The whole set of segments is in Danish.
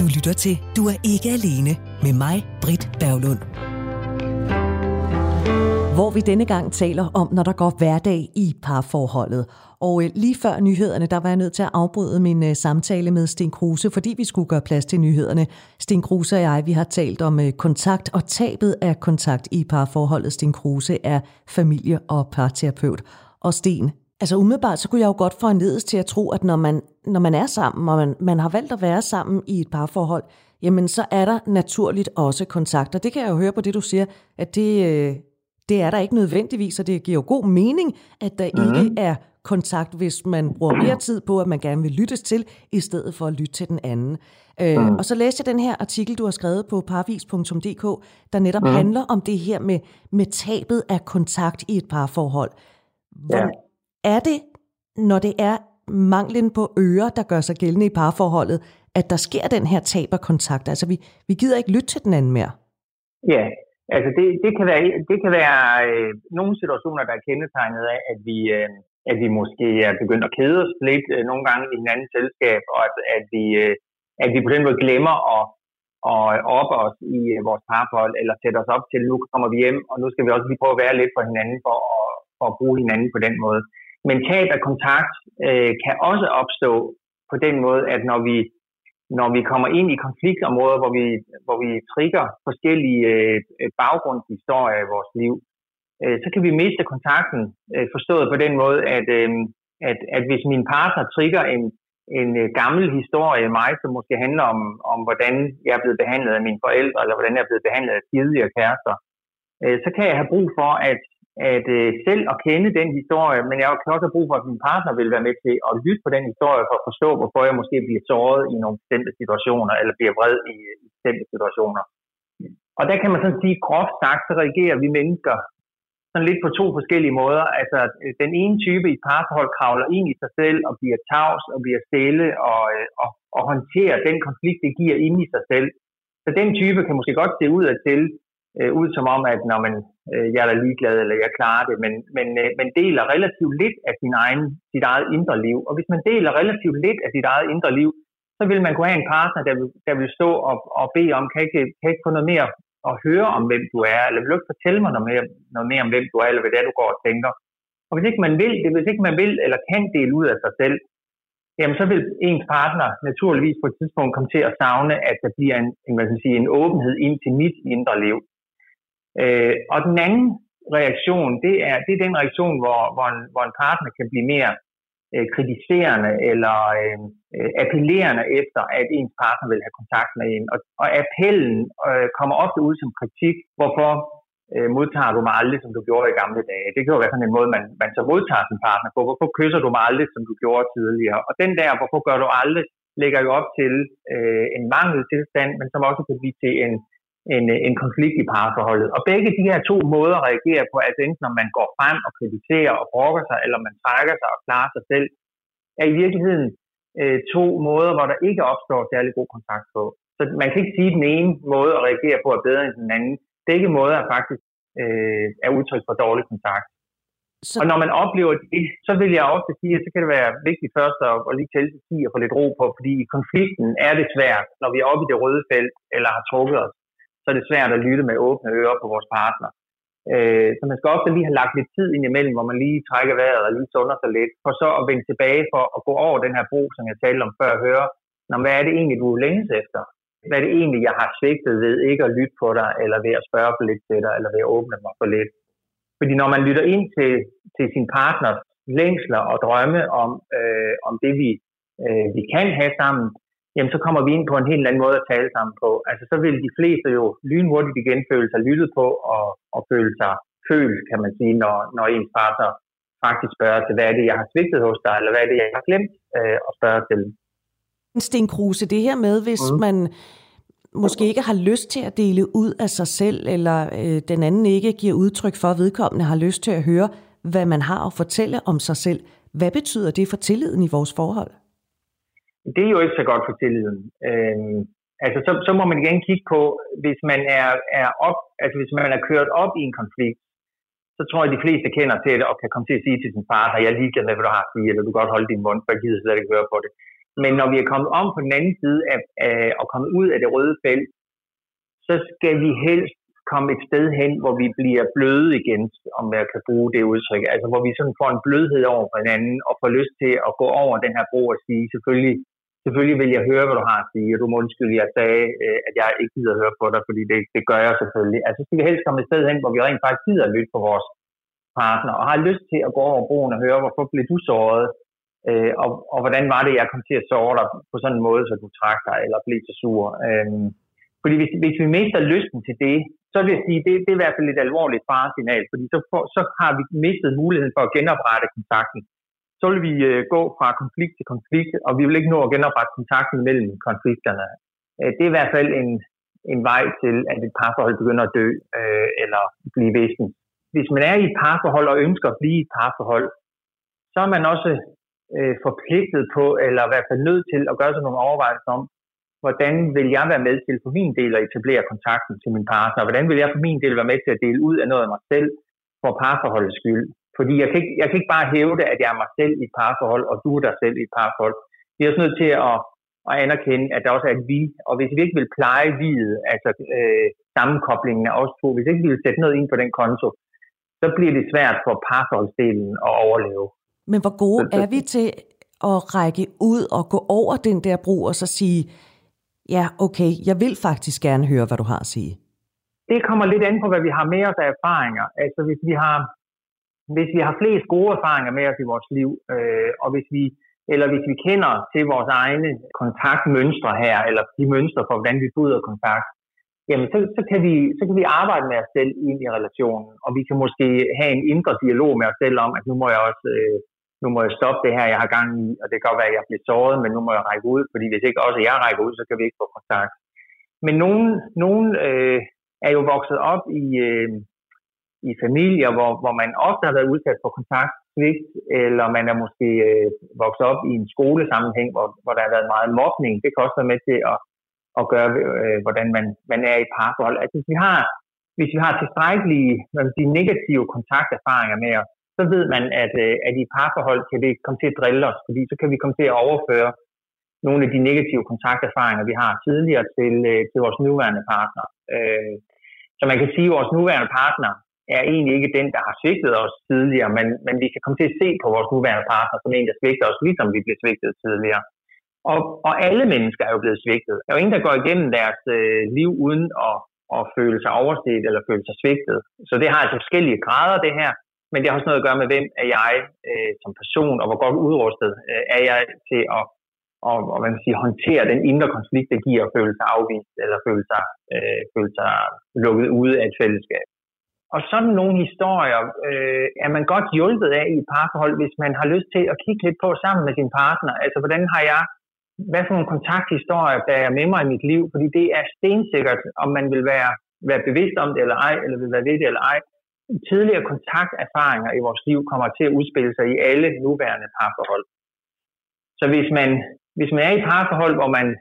Du lytter til Du er ikke alene med mig, Britt Berglund. Hvor vi denne gang taler om, når der går hverdag i parforholdet. Og lige før nyhederne, der var jeg nødt til at afbryde min samtale med Sten Kruse, fordi vi skulle gøre plads til nyhederne. Sten Kruse og jeg, vi har talt om kontakt og tabet af kontakt i parforholdet. Sten Kruse er familie- og parterapeut. Og Sten, altså umiddelbart, så kunne jeg jo godt få anledes til at tro, at når man er sammen, og man har valgt at være sammen i et parforhold, jamen så er der naturligt også kontakt. Og det kan jeg jo høre på det, du siger, at det er der ikke nødvendigvis, og det giver jo god mening, at der ikke er kontakt, hvis man bruger mere tid på, at man gerne vil lyttes til, i stedet for at lytte til den anden. Og så læste jeg den her artikel, du har skrevet på parvis.dk, der netop handler om det her med tabet af kontakt i et parforhold. Hvor er det, når det er manglen på ører, der gør sig gældende i parforholdet, at der sker den her tab af kontakt? Altså, vi gider ikke lytte til den anden mere. Ja, altså det kan være nogle situationer, der er kendetegnet af, at vi måske er begyndt at kede os lidt nogle gange i hinandens selskab, og at vi på den måde glemmer at oppe os i vores parforhold, eller sætte os op til, nu kommer vi hjem, og nu skal vi også lige prøve at være lidt for hinanden, for at bruge hinanden på den måde. Men tab af kontakt kan også opstå på den måde, at når vi kommer ind i konfliktområder, hvor vi trigger forskellige baggrundshistorier i vores liv, så kan vi miste kontakten, forstået på den måde, at hvis min partner trigger en gammel historie i mig, som måske handler om hvordan jeg er blevet behandlet af mine forældre, eller hvordan jeg er blevet behandlet af tidligere kærester, så kan jeg have brug for at selv at kende den historie, men jeg kan også have brug for, at min partner vil være med til at lytte på den historie, for at forstå, hvorfor jeg måske bliver såret i nogle bestemte situationer, eller bliver vred i bestemte situationer. Og der kan man sådan sige, groft sagt, så reagerer vi mennesker sådan lidt på to forskellige måder. Altså, den ene type i parforhold kravler ind i sig selv, og bliver tavs, og bliver stille, og håndterer den konflikt, det giver inde i sig selv. Så den type kan måske godt se ud som om, at når jeg er ligeglad, eller jeg klarer det, men deler relativt lidt af sit eget indre liv. Og hvis man deler relativt lidt af sit eget indre liv, så vil man kunne have en partner, der vil stå og bede om, kan ikke få noget mere at høre om, hvem du er, eller vil du ikke fortælle mig noget mere om, hvem du er, eller hvad det er, du går og tænker. Og hvis ikke man vil eller kan dele ud af sig selv, jamen så vil ens partner naturligvis på et tidspunkt komme til at savne, at der bliver en åbenhed ind til mit indre liv. Og den anden reaktion, det er den reaktion, hvor en partner kan blive mere kritiserende eller appellerende efter, at ens partner vil have kontakt med en. Og appellen kommer ofte ud som kritik. Hvorfor modtager du mig aldrig, som du gjorde i gamle dage? Det kan jo være sådan en måde, man så modtager sin partner på. Hvorfor kysser du mig aldrig, som du gjorde tidligere? Og den der, hvorfor gør du aldrig, lægger jo op til en mangeltilstand, men som også kan blive til en konflikt i parforholdet. Og begge de her to måder at reagere på, altså enten når man går frem og kritiserer og brokker sig, eller man trækker sig og klarer sig selv, er i virkeligheden to måder, hvor der ikke opstår særlig god kontakt på. Så man kan ikke sige, at den ene måde at reagere på er bedre end den anden. Begge måder er faktisk er udtryk for dårlig kontakt. Og når man oplever det, så vil jeg ofte sige, at så kan det være vigtigt først at lige tælle til 10 og få lidt ro på, fordi i konflikten er det svært, når vi er oppe i det røde felt eller har trukket os, så er det svært at lytte med åbne ører på vores partner. Så man skal ofte lige have lagt lidt tid ind imellem, hvor man lige trækker vejret og lige sunder sig lidt, for så at vende tilbage for at gå over den her bro, som jeg talte om før, og høre, hvad er det egentlig, du længes efter? Hvad er det egentlig, jeg har svigtet ved ikke at lytte på dig, eller ved at spørge for lidt til dig, eller ved at åbne mig for lidt? Fordi når man lytter ind til sin partners længsler og drømme om det, vi kan have sammen, jamen så kommer vi ind på en helt anden måde at tale sammen på. Altså så vil de fleste jo lynhurtigt igen føle sig lyttet på og føle sig følt, kan man sige, når ens partner faktisk spørger til, hvad er det, jeg har svigtet hos dig, eller hvad er det, jeg har glemt at spørge til. Sten Kruse, det her med, hvis man måske ikke har lyst til at dele ud af sig selv, eller den anden ikke giver udtryk for, at vedkommende har lyst til at høre, hvad man har at fortælle om sig selv. Hvad betyder det for tilliden i vores forhold? Det er jo ikke så godt for tilliden. Så må man igen kigge på, hvis man hvis man er kørt op i en konflikt, så tror jeg, de fleste kender til det og kan komme til at sige til sin partner, jeg er ligeglad med, hvad du har at sige, eller du kan godt holde din mund, for jeg gider slet ikke høre på det. Men når vi er kommet om på den anden side og kommet ud af det røde felt, så skal vi helst komme et sted hen, hvor vi bliver bløde igen, om jeg kan bruge det udtryk. Altså hvor vi sådan får en blødhed over for hinanden, og får lyst til at gå over den her bro og sige, selvfølgelig vil jeg høre, hvad du har at sige, og du må undskylde, jeg sagde, at jeg ikke gider at høre på dig, fordi det gør jeg selvfølgelig. Altså så skal vi helst komme et sted hen, hvor vi rent faktisk gider at lytte på vores partner, og har lyst til at gå over broen og høre, hvorfor blev du såret, og hvordan var det, jeg kom til at såre dig på sådan en måde, så du trak dig, eller blev så sur. Fordi hvis vi mister lysten til det, så vil jeg sige, det er i hvert fald et alvorligt faresignal, fordi så har vi mistet muligheden for at genoprette kontakten. Så vil vi gå fra konflikt til konflikt, og vi vil ikke nå at genoprette kontakten mellem konflikterne. Det er i hvert fald en vej til, at et parforhold begynder at dø, eller blive væsen. Hvis man er i et parforhold og ønsker at blive i et parforhold, så er man også forpligtet på, eller i hvert fald nødt til at gøre sig nogle overvejelser om, hvordan vil jeg være med til for min del at etablere kontakten til min partner? Hvordan vil jeg for min del være med til at dele ud af noget af mig selv for parforholdets skyld? Fordi jeg kan ikke bare hævde, at jeg er mig selv i et parforhold, og du er dig selv i et parforhold. Vi er også nødt til at anerkende, at der også er et vi. Og hvis vi ikke vil pleje viet, altså sammenkoblingen af os to, hvis ikke vi vil sætte noget ind på den konto, så bliver det svært for parforholdsdelen at overleve. Men hvor gode er vi til at række ud og gå over den der bro og så sige, ja, okay, jeg vil faktisk gerne høre, hvad du har at sige? Det kommer lidt an på, hvad vi har med os af erfaringer. Altså hvis vi har flest gode erfaringer med os i vores liv, og hvis vi kender til vores egne kontaktmønstre her, eller de mønstre for, hvordan vi bryder kontakt, jamen så kan vi arbejde med os selv ind i relationen, og vi kan måske have en indre dialog med os selv om, at nu må jeg stoppe det her, jeg har gang i, og det kan godt være, at jeg bliver såret, men nu må jeg række ud, fordi hvis ikke også jeg rækker ud, så kan vi ikke få kontakt. Men nogen er jo vokset op i familier, hvor man ofte har været udsat for kontaktsvigt, eller man er måske vokset op i en skolesammenhæng, hvor der har været meget mobning. Det kan også være med til at gøre, hvordan man er i parforhold. Altså hvis vi har tilstrækkelige negative kontakterfaringer med os, så ved man, at i parforhold kan det komme til at drille os, fordi så kan vi komme til at overføre nogle af de negative kontakterfaringer, vi har tidligere til vores nuværende partner. Så man kan sige, at vores nuværende partner er egentlig ikke den, der har svigtet os tidligere, men vi kan komme til at se på vores nuværende partner som en, der svigter os, ligesom vi blev svigtet tidligere. Og alle mennesker er jo blevet svigtet. Der er jo ingen, der går igennem deres liv uden at føle sig overset eller føle sig svigtet. Så det har altså forskellige grader, det her. Men det har også noget at gøre med, hvem er jeg som person, og hvor godt udrustet er jeg til at håndtere den indre konflikt, der giver at føle sig afvist, eller føle sig lukket ude af et fællesskab. Og sådan nogle historier er man godt hjulpet af i et parforhold, hvis man har lyst til at kigge lidt på sammen med sin partner. Altså, hvad for nogle kontakthistorier bærer jeg med mig i mit liv? Fordi det er stensikkert, om man vil være bevidst om det eller ej, eller vil være ved det eller ej. Tidligere kontakterfaringer i vores liv kommer til at udspille sig i alle nuværende parforhold. Så hvis man er i et parforhold,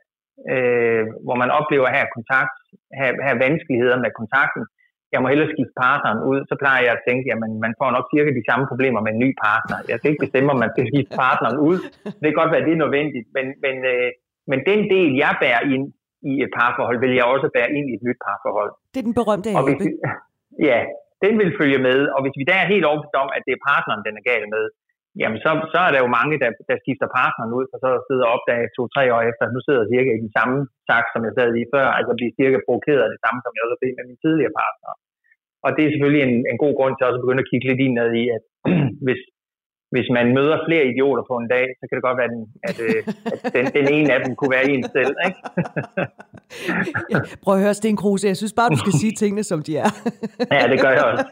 hvor man oplever at have vanskeligheder med kontakten, jeg må hellere skifte partneren ud, så plejer jeg at tænke, at man får nok cirka de samme problemer med en ny partner. Jeg skal ikke bestemme, om man skal skifte partneren ud. Det kan godt være, at det er nødvendigt, men den del, jeg bærer ind i et parforhold, vil jeg også bære ind i et nyt parforhold. Det er den berømte abe. Ja, den vil følge med, og hvis vi der er helt overbevist om, at det er partneren, den er gal med, jamen så er der jo mange, der skifter partneren ud, og så sidder og opdager 2-3 år efter, at nu sidder jeg cirka i den samme saks, som jeg sad i før, altså bliver cirka provokeret af det samme, som jeg også blev med min tidligere partner. Og det er selvfølgelig en god grund til også at begynde at kigge lidt indad i, at hvis man møder flere idioter på en dag, så kan det godt være, at den ene af dem kunne være en selv, ikke? Prøv at høre, Sten Kruse, jeg synes bare, du skal sige tingene, som de er. Ja, det gør jeg også.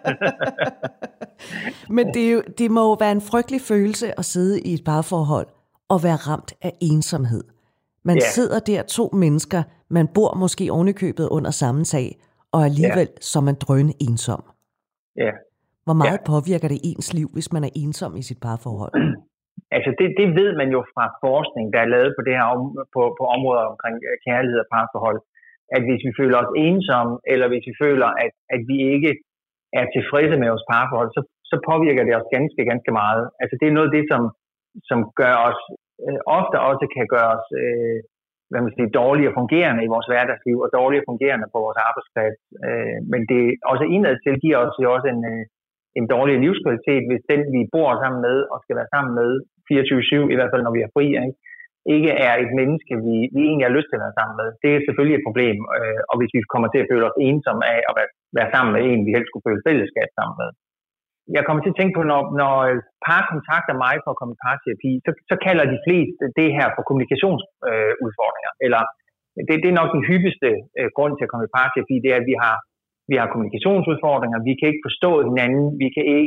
Men det må jo være en frygtelig følelse at sidde i et parforhold og være ramt af ensomhed. Man sidder der 2 mennesker, man bor måske ovenikøbet under samme tag, og alligevel så er man drønende ensom. Ja. Hvor meget påvirker det ens liv, hvis man er ensom i sit parforhold? Altså det ved man jo fra forskning, der er lavet på det her på områder omkring kærlighed og parforhold, at hvis vi føler os ensomme, eller hvis vi føler, at vi ikke er tilfredse med vores parforhold, så påvirker det os ganske, ganske meget. Altså det er noget af det, som gør os ofte også kan gøre os dårligere fungerende i vores hverdagsliv og dårligere fungerende på vores arbejdsplads. Men det også indadtil giver os jo også en dårligere livskvalitet, hvis den, vi bor sammen med og skal være sammen med 24/7, i hvert fald når vi er fri, ikke er et menneske, vi egentlig har lyst til at være sammen med. Det er selvfølgelig et problem, og hvis vi kommer til at føle os ensomme af at være sammen med en, vi helst skulle føle fællesskab sammen med. Jeg kommer til at tænke på, når par kontakter mig for at komme i parterapi, så kalder de fleste det her for kommunikationsudfordringer. Eller det er nok den hyppigste grund til at komme i parterapi, det er, at vi har kommunikationsudfordringer, vi kan ikke forstå hinanden, vi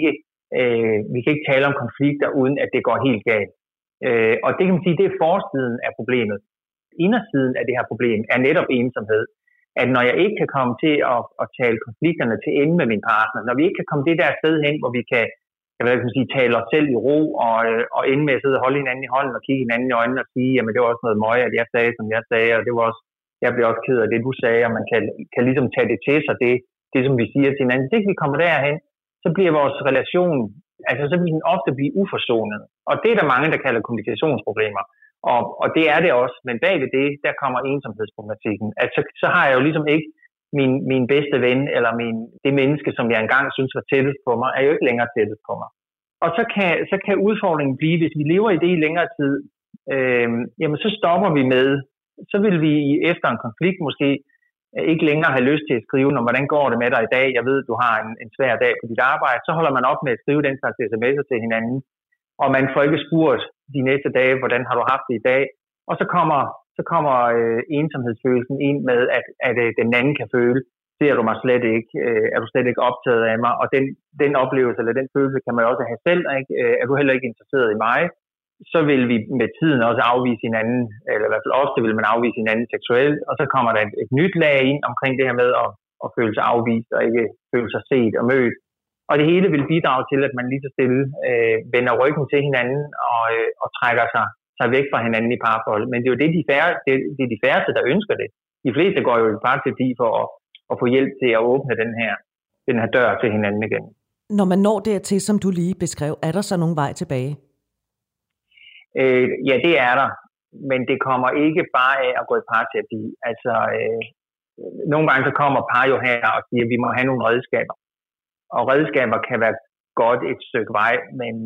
kan ikke tale om konflikter, uden at det går helt galt. Og det kan man sige, det er forsiden af problemet. Indersiden af det her problem er netop ensomhed. At når jeg ikke kan komme til at tale konflikterne til ende med min partner, når vi ikke kan komme det der sted hen, hvor vi kan tale os selv i ro og ende med at sidde og holde hinanden i hånden og kigge hinanden i øjnene og sige, jamen det var også noget møg, at jeg sagde, som jeg sagde, og det var også, jeg blev også ked af det, du sagde, og man kan ligesom tage det til sig, det som vi siger til hinanden. Hvis vi kommer derhen, så bliver vores relation, så vil den ofte blive uforsonet. Og det er der mange, der kalder kommunikationsproblemer. Og det er det også, men bagved det, der kommer ensomhedsproblematikken. Så har jeg jo ligesom ikke min bedste ven, eller det menneske, som jeg engang synes var tættest på mig, er jo ikke længere tættest på mig. Og så kan udfordringen blive, hvis vi lever i det i længere tid, jamen så stopper vi med, så vil vi efter en konflikt måske ikke længere have lyst til at skrive, hvordan går det med dig i dag, jeg ved, du har en svær dag på dit arbejde, så holder man op med at skrive den slags sms'er til hinanden, og man får ikke spurgt de næste dage, hvordan har du haft det i dag, og så kommer ensomhedsfølelsen ind med, at den anden kan føle, ser du mig slet ikke, er du slet ikke optaget af mig, og den oplevelse, eller den følelse kan man også have selv, ikke? Er du heller ikke interesseret i mig, så vil vi med tiden også afvise hinanden, eller i hvert fald ofte vil man afvise hinanden seksuelt, og så kommer der et nyt lag ind omkring det her med at føle sig afvist, og ikke føle sig set og mødt. Og det hele vil bidrage til, at man lige så stille vender ryggen til hinanden og trækker sig væk fra hinanden i parforhold. Men det er jo det er de færreste, der ønsker det. De fleste går jo i parterapi for at få hjælp til at åbne den her dør til hinanden igen. Når man når dertil, som du lige beskrev, er der så nogen vej tilbage? Ja, det er der. Men det kommer ikke bare af at gå i parterapi. Nogle gange så kommer par jo her og siger, at vi må have nogle redskaber. Og redskaber kan være godt et stykke vej,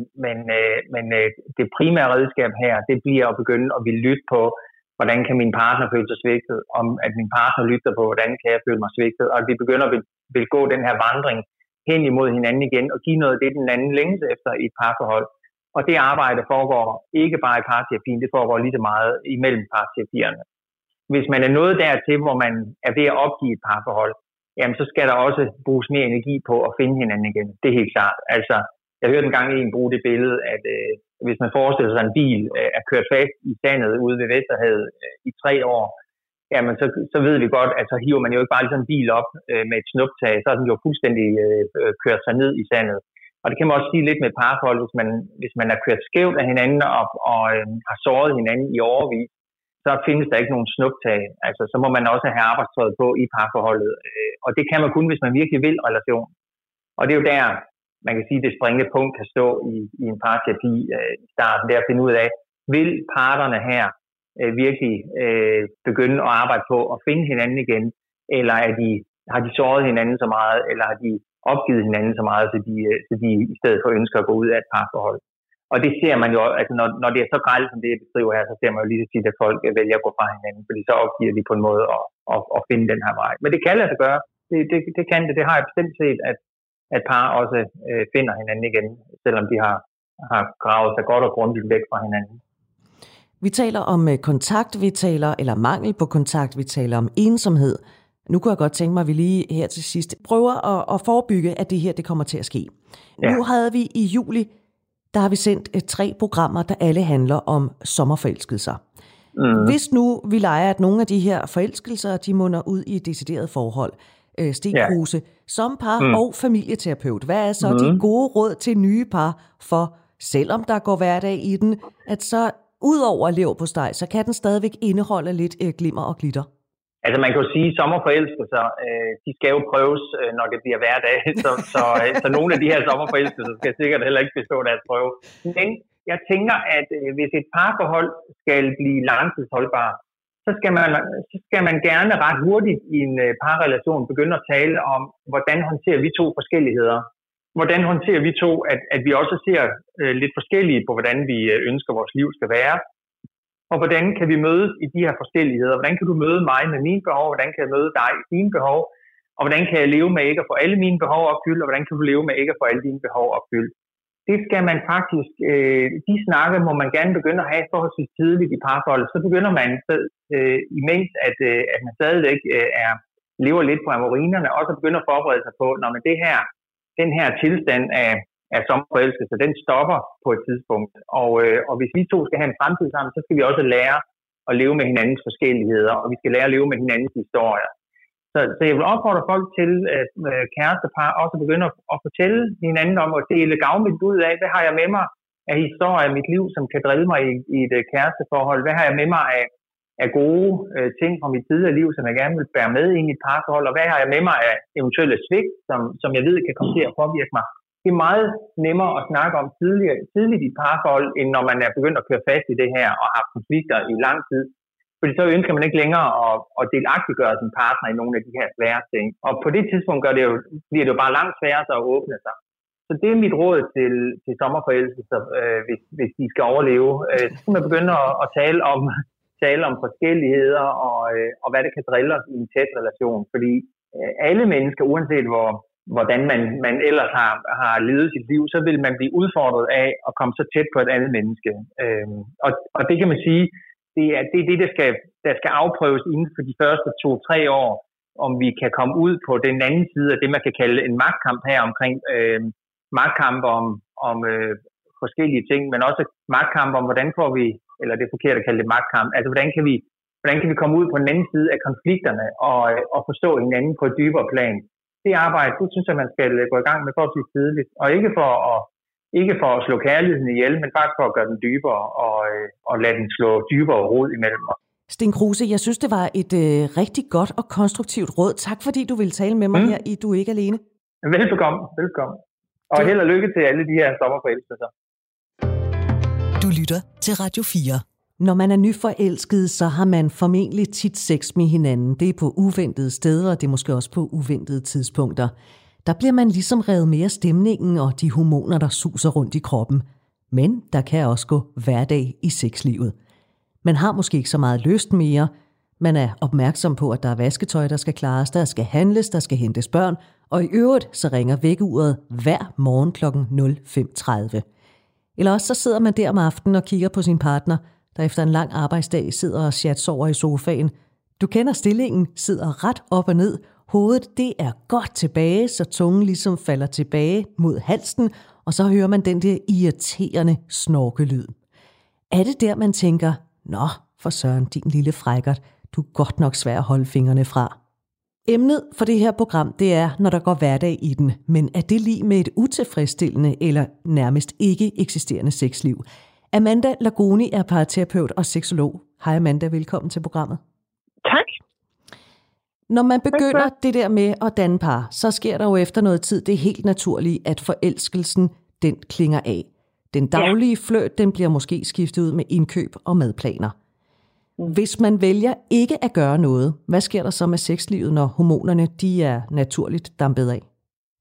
men det primære redskab her, det bliver at begynde at ville lytte på, hvordan kan min partner føle sig svigtet, om at min partner lytter på, hvordan kan jeg føle mig svigtet, og at vi begynder at vil gå den her vandring hen imod hinanden igen, og give noget af det, den anden længes efter i et parforhold. Og det arbejde foregår ikke bare i parterapien, det foregår lige så meget imellem parterapierne. Hvis man er nået dertil, hvor man er ved at opgive et parforhold, jamen så skal der også bruges mere energi på at finde hinanden igen. Det er helt klart. Jeg hørte engang en bruge det billede, at hvis man forestiller sig, at en bil er kørt fast i sandet ude ved Vesterhavet i 3 år, jamen så ved vi godt, at så hiver man jo ikke bare sådan en bil op med et snuptag, så er den jo fuldstændig kørt sig ned i sandet. Og det kan man også sige lidt med parforhold, hvis man er kørt skævt af hinanden og har såret hinanden i årevis, så findes der ikke nogen snuptag. Så må man også have arbejdstøjet på i parforholdet. Og det kan man kun, hvis man virkelig vil relation. Og det er jo der, man kan sige, det springende punkt kan stå i en parterapi i starten. Det er at finde ud af, vil parterne her virkelig begynde at arbejde på at finde hinanden igen, eller har de såret hinanden så meget, eller har de opgivet hinanden så meget, så de i stedet for ønsker at gå ud af et parforhold. Og det ser man jo, når det er så grelt, som det jeg beskriver her, så ser man jo lige så tit, at folk vælger at gå fra hinanden, fordi så opgiver de på en måde at finde den her vej. Men det kan lade sig gøre. Det kan det. Det har jeg bestemt set, at par også finder hinanden igen, selvom de har gravet sig godt og grundigt væk fra hinanden. Vi taler om kontakt, eller mangel på kontakt, vi taler om ensomhed. Nu kunne jeg godt tænke mig, at vi lige her til sidst prøver at forebygge, at det her det kommer til at ske. Ja. Nu havde vi i juli, der har vi sendt 3 programmer, der alle handler om sommerforelskelser. Hvis nu vi leger, at nogle af de her forelskelser, de munder ud i et decideret forhold, Steen Kruse, som par og familieterapeut, hvad er så de gode råd til nye par, for selvom der går hverdag i den, at så udover leverpostej, så kan den stadigvæk indeholde lidt glimmer og glitter? Man kan jo sige, at sommerforelskelser, de skal jo prøves, når det bliver hverdag. Så nogle af de her sommerforelskelser skal sikkert heller ikke bestå deres prøve. Men jeg tænker, at hvis et parforhold skal blive langtidsholdbart, så skal man gerne ret hurtigt i en parrelation begynde at tale om, hvordan håndterer vi to forskelligheder. Hvordan håndterer vi to, at vi også ser lidt forskellige på, hvordan vi ønsker, vores liv skal være. Og hvordan kan vi mødes i de her forskelligheder? Hvordan kan du møde mig med mine behov? Hvordan kan jeg møde dig i dine behov? Og hvordan kan jeg leve med ikke at få alle mine behov opfyldt? Og hvordan kan du leve med ikke at få alle dine behov opfyldt? Det skal man faktisk, de snakke må man gerne begynde at have forholdsvis tidligt i parforholdet. Så begynder man, imens at man stadigvæk lever lidt på amorinerne, også begynder at forberede sig på, når man den her tilstand af sommerforelskelse, den stopper på et tidspunkt. Og hvis vi to skal have en fremtid sammen, så skal vi også lære at leve med hinandens forskelligheder, og vi skal lære at leve med hinandens historier. Så jeg vil opfordre folk til, at kærestepar også begynder at fortælle hinanden om at dele gavmildt ud af, hvad har jeg med mig af historier i mit liv, som kan drille mig i et kæresteforhold? Hvad har jeg med mig af gode ting fra mit tidligere liv, som jeg gerne vil bære med ind i et parforhold? Og hvad har jeg med mig af eventuelle svigt, som jeg ved kan komme til at påvirke mig? Det er meget nemmere at snakke om tidligt i et parforhold, end når man er begyndt at køre fast i det her og har konflikter i lang tid. Fordi så ønsker man ikke længere at delagtiggøre sin partner i nogle af de her svære ting. Og på det tidspunkt bliver det jo bare langt sværere at åbne sig. Så det er mit råd til sommerforelskelser, hvis de skal overleve. Så skal man begynde at tale om forskelligheder og hvad det kan drille os i en tæt relation. Fordi alle mennesker, uanset hvordan man ellers har levet sit liv, så vil man blive udfordret af at komme så tæt på et andet menneske. Og det kan man sige, det er det, der skal afprøves inden for de første 2-3 år, om vi kan komme ud på den anden side af det, man kan kalde en magtkamp her omkring magtkamp om forskellige ting, men også magtkamp om, hvordan får vi, eller det er forkert at kalde det magtkamp, altså hvordan kan vi komme ud på den anden side af konflikterne og forstå hinanden på et dybere plan. Det arbejde, det synes jeg, man skal gå i gang med forholdsvis tidligt, og ikke for at slå kærligheden ihjel, men faktisk for at gøre den dybere og lade den slå dybere rod imellem os. Sten Kruse, jeg synes, det var et rigtig godt og konstruktivt råd. Tak fordi du ville tale med mig her i Du er ikke alene. Velbekomme. Og held og lykke til alle de her sommerforelskelser. Du lytter til Radio 4. Når man er nyforelsket, så har man formentlig tit sex med hinanden. Det er på uventede steder, og det er måske også på uventede tidspunkter. Der bliver man ligesom revet mere stemningen og de hormoner, der suser rundt i kroppen. Men der kan også gå hverdag i sexlivet. Man har måske ikke så meget lyst mere. Man er opmærksom på, at der er vasketøj, der skal klares, der skal handles, der skal hentes børn, og i øvrigt så ringer vækkeuret hver morgen kl. 05:30. Eller også så sidder man der om aftenen og kigger på sin partner, der efter en lang arbejdsdag sidder og chatsover i sofaen. Du kender stillingen, sidder ret op og ned. Hovedet, det er godt tilbage, så tungen ligesom falder tilbage mod halsen, og så hører man den der irriterende snorkelyd. Er det der, man tænker, nå, for søren, din lille frækkert, du er godt nok svær at holde fingrene fra. Emnet for det her program, det er, når der går hverdag i den, men er det lig med et utilfredsstillende eller nærmest ikke eksisterende sexliv? Amanda Lagoni er parterapeut og seksolog. Hej Amanda, velkommen til programmet. Tak. Når man begynder det der med at danne par, så sker der jo efter noget tid det helt naturlige, at forelskelsen, den klinger af. Den daglige flirt, den bliver måske skiftet ud med indkøb og madplaner. Hvis man vælger ikke at gøre noget, hvad sker der så med sexlivet, når hormonerne de er naturligt dampet af?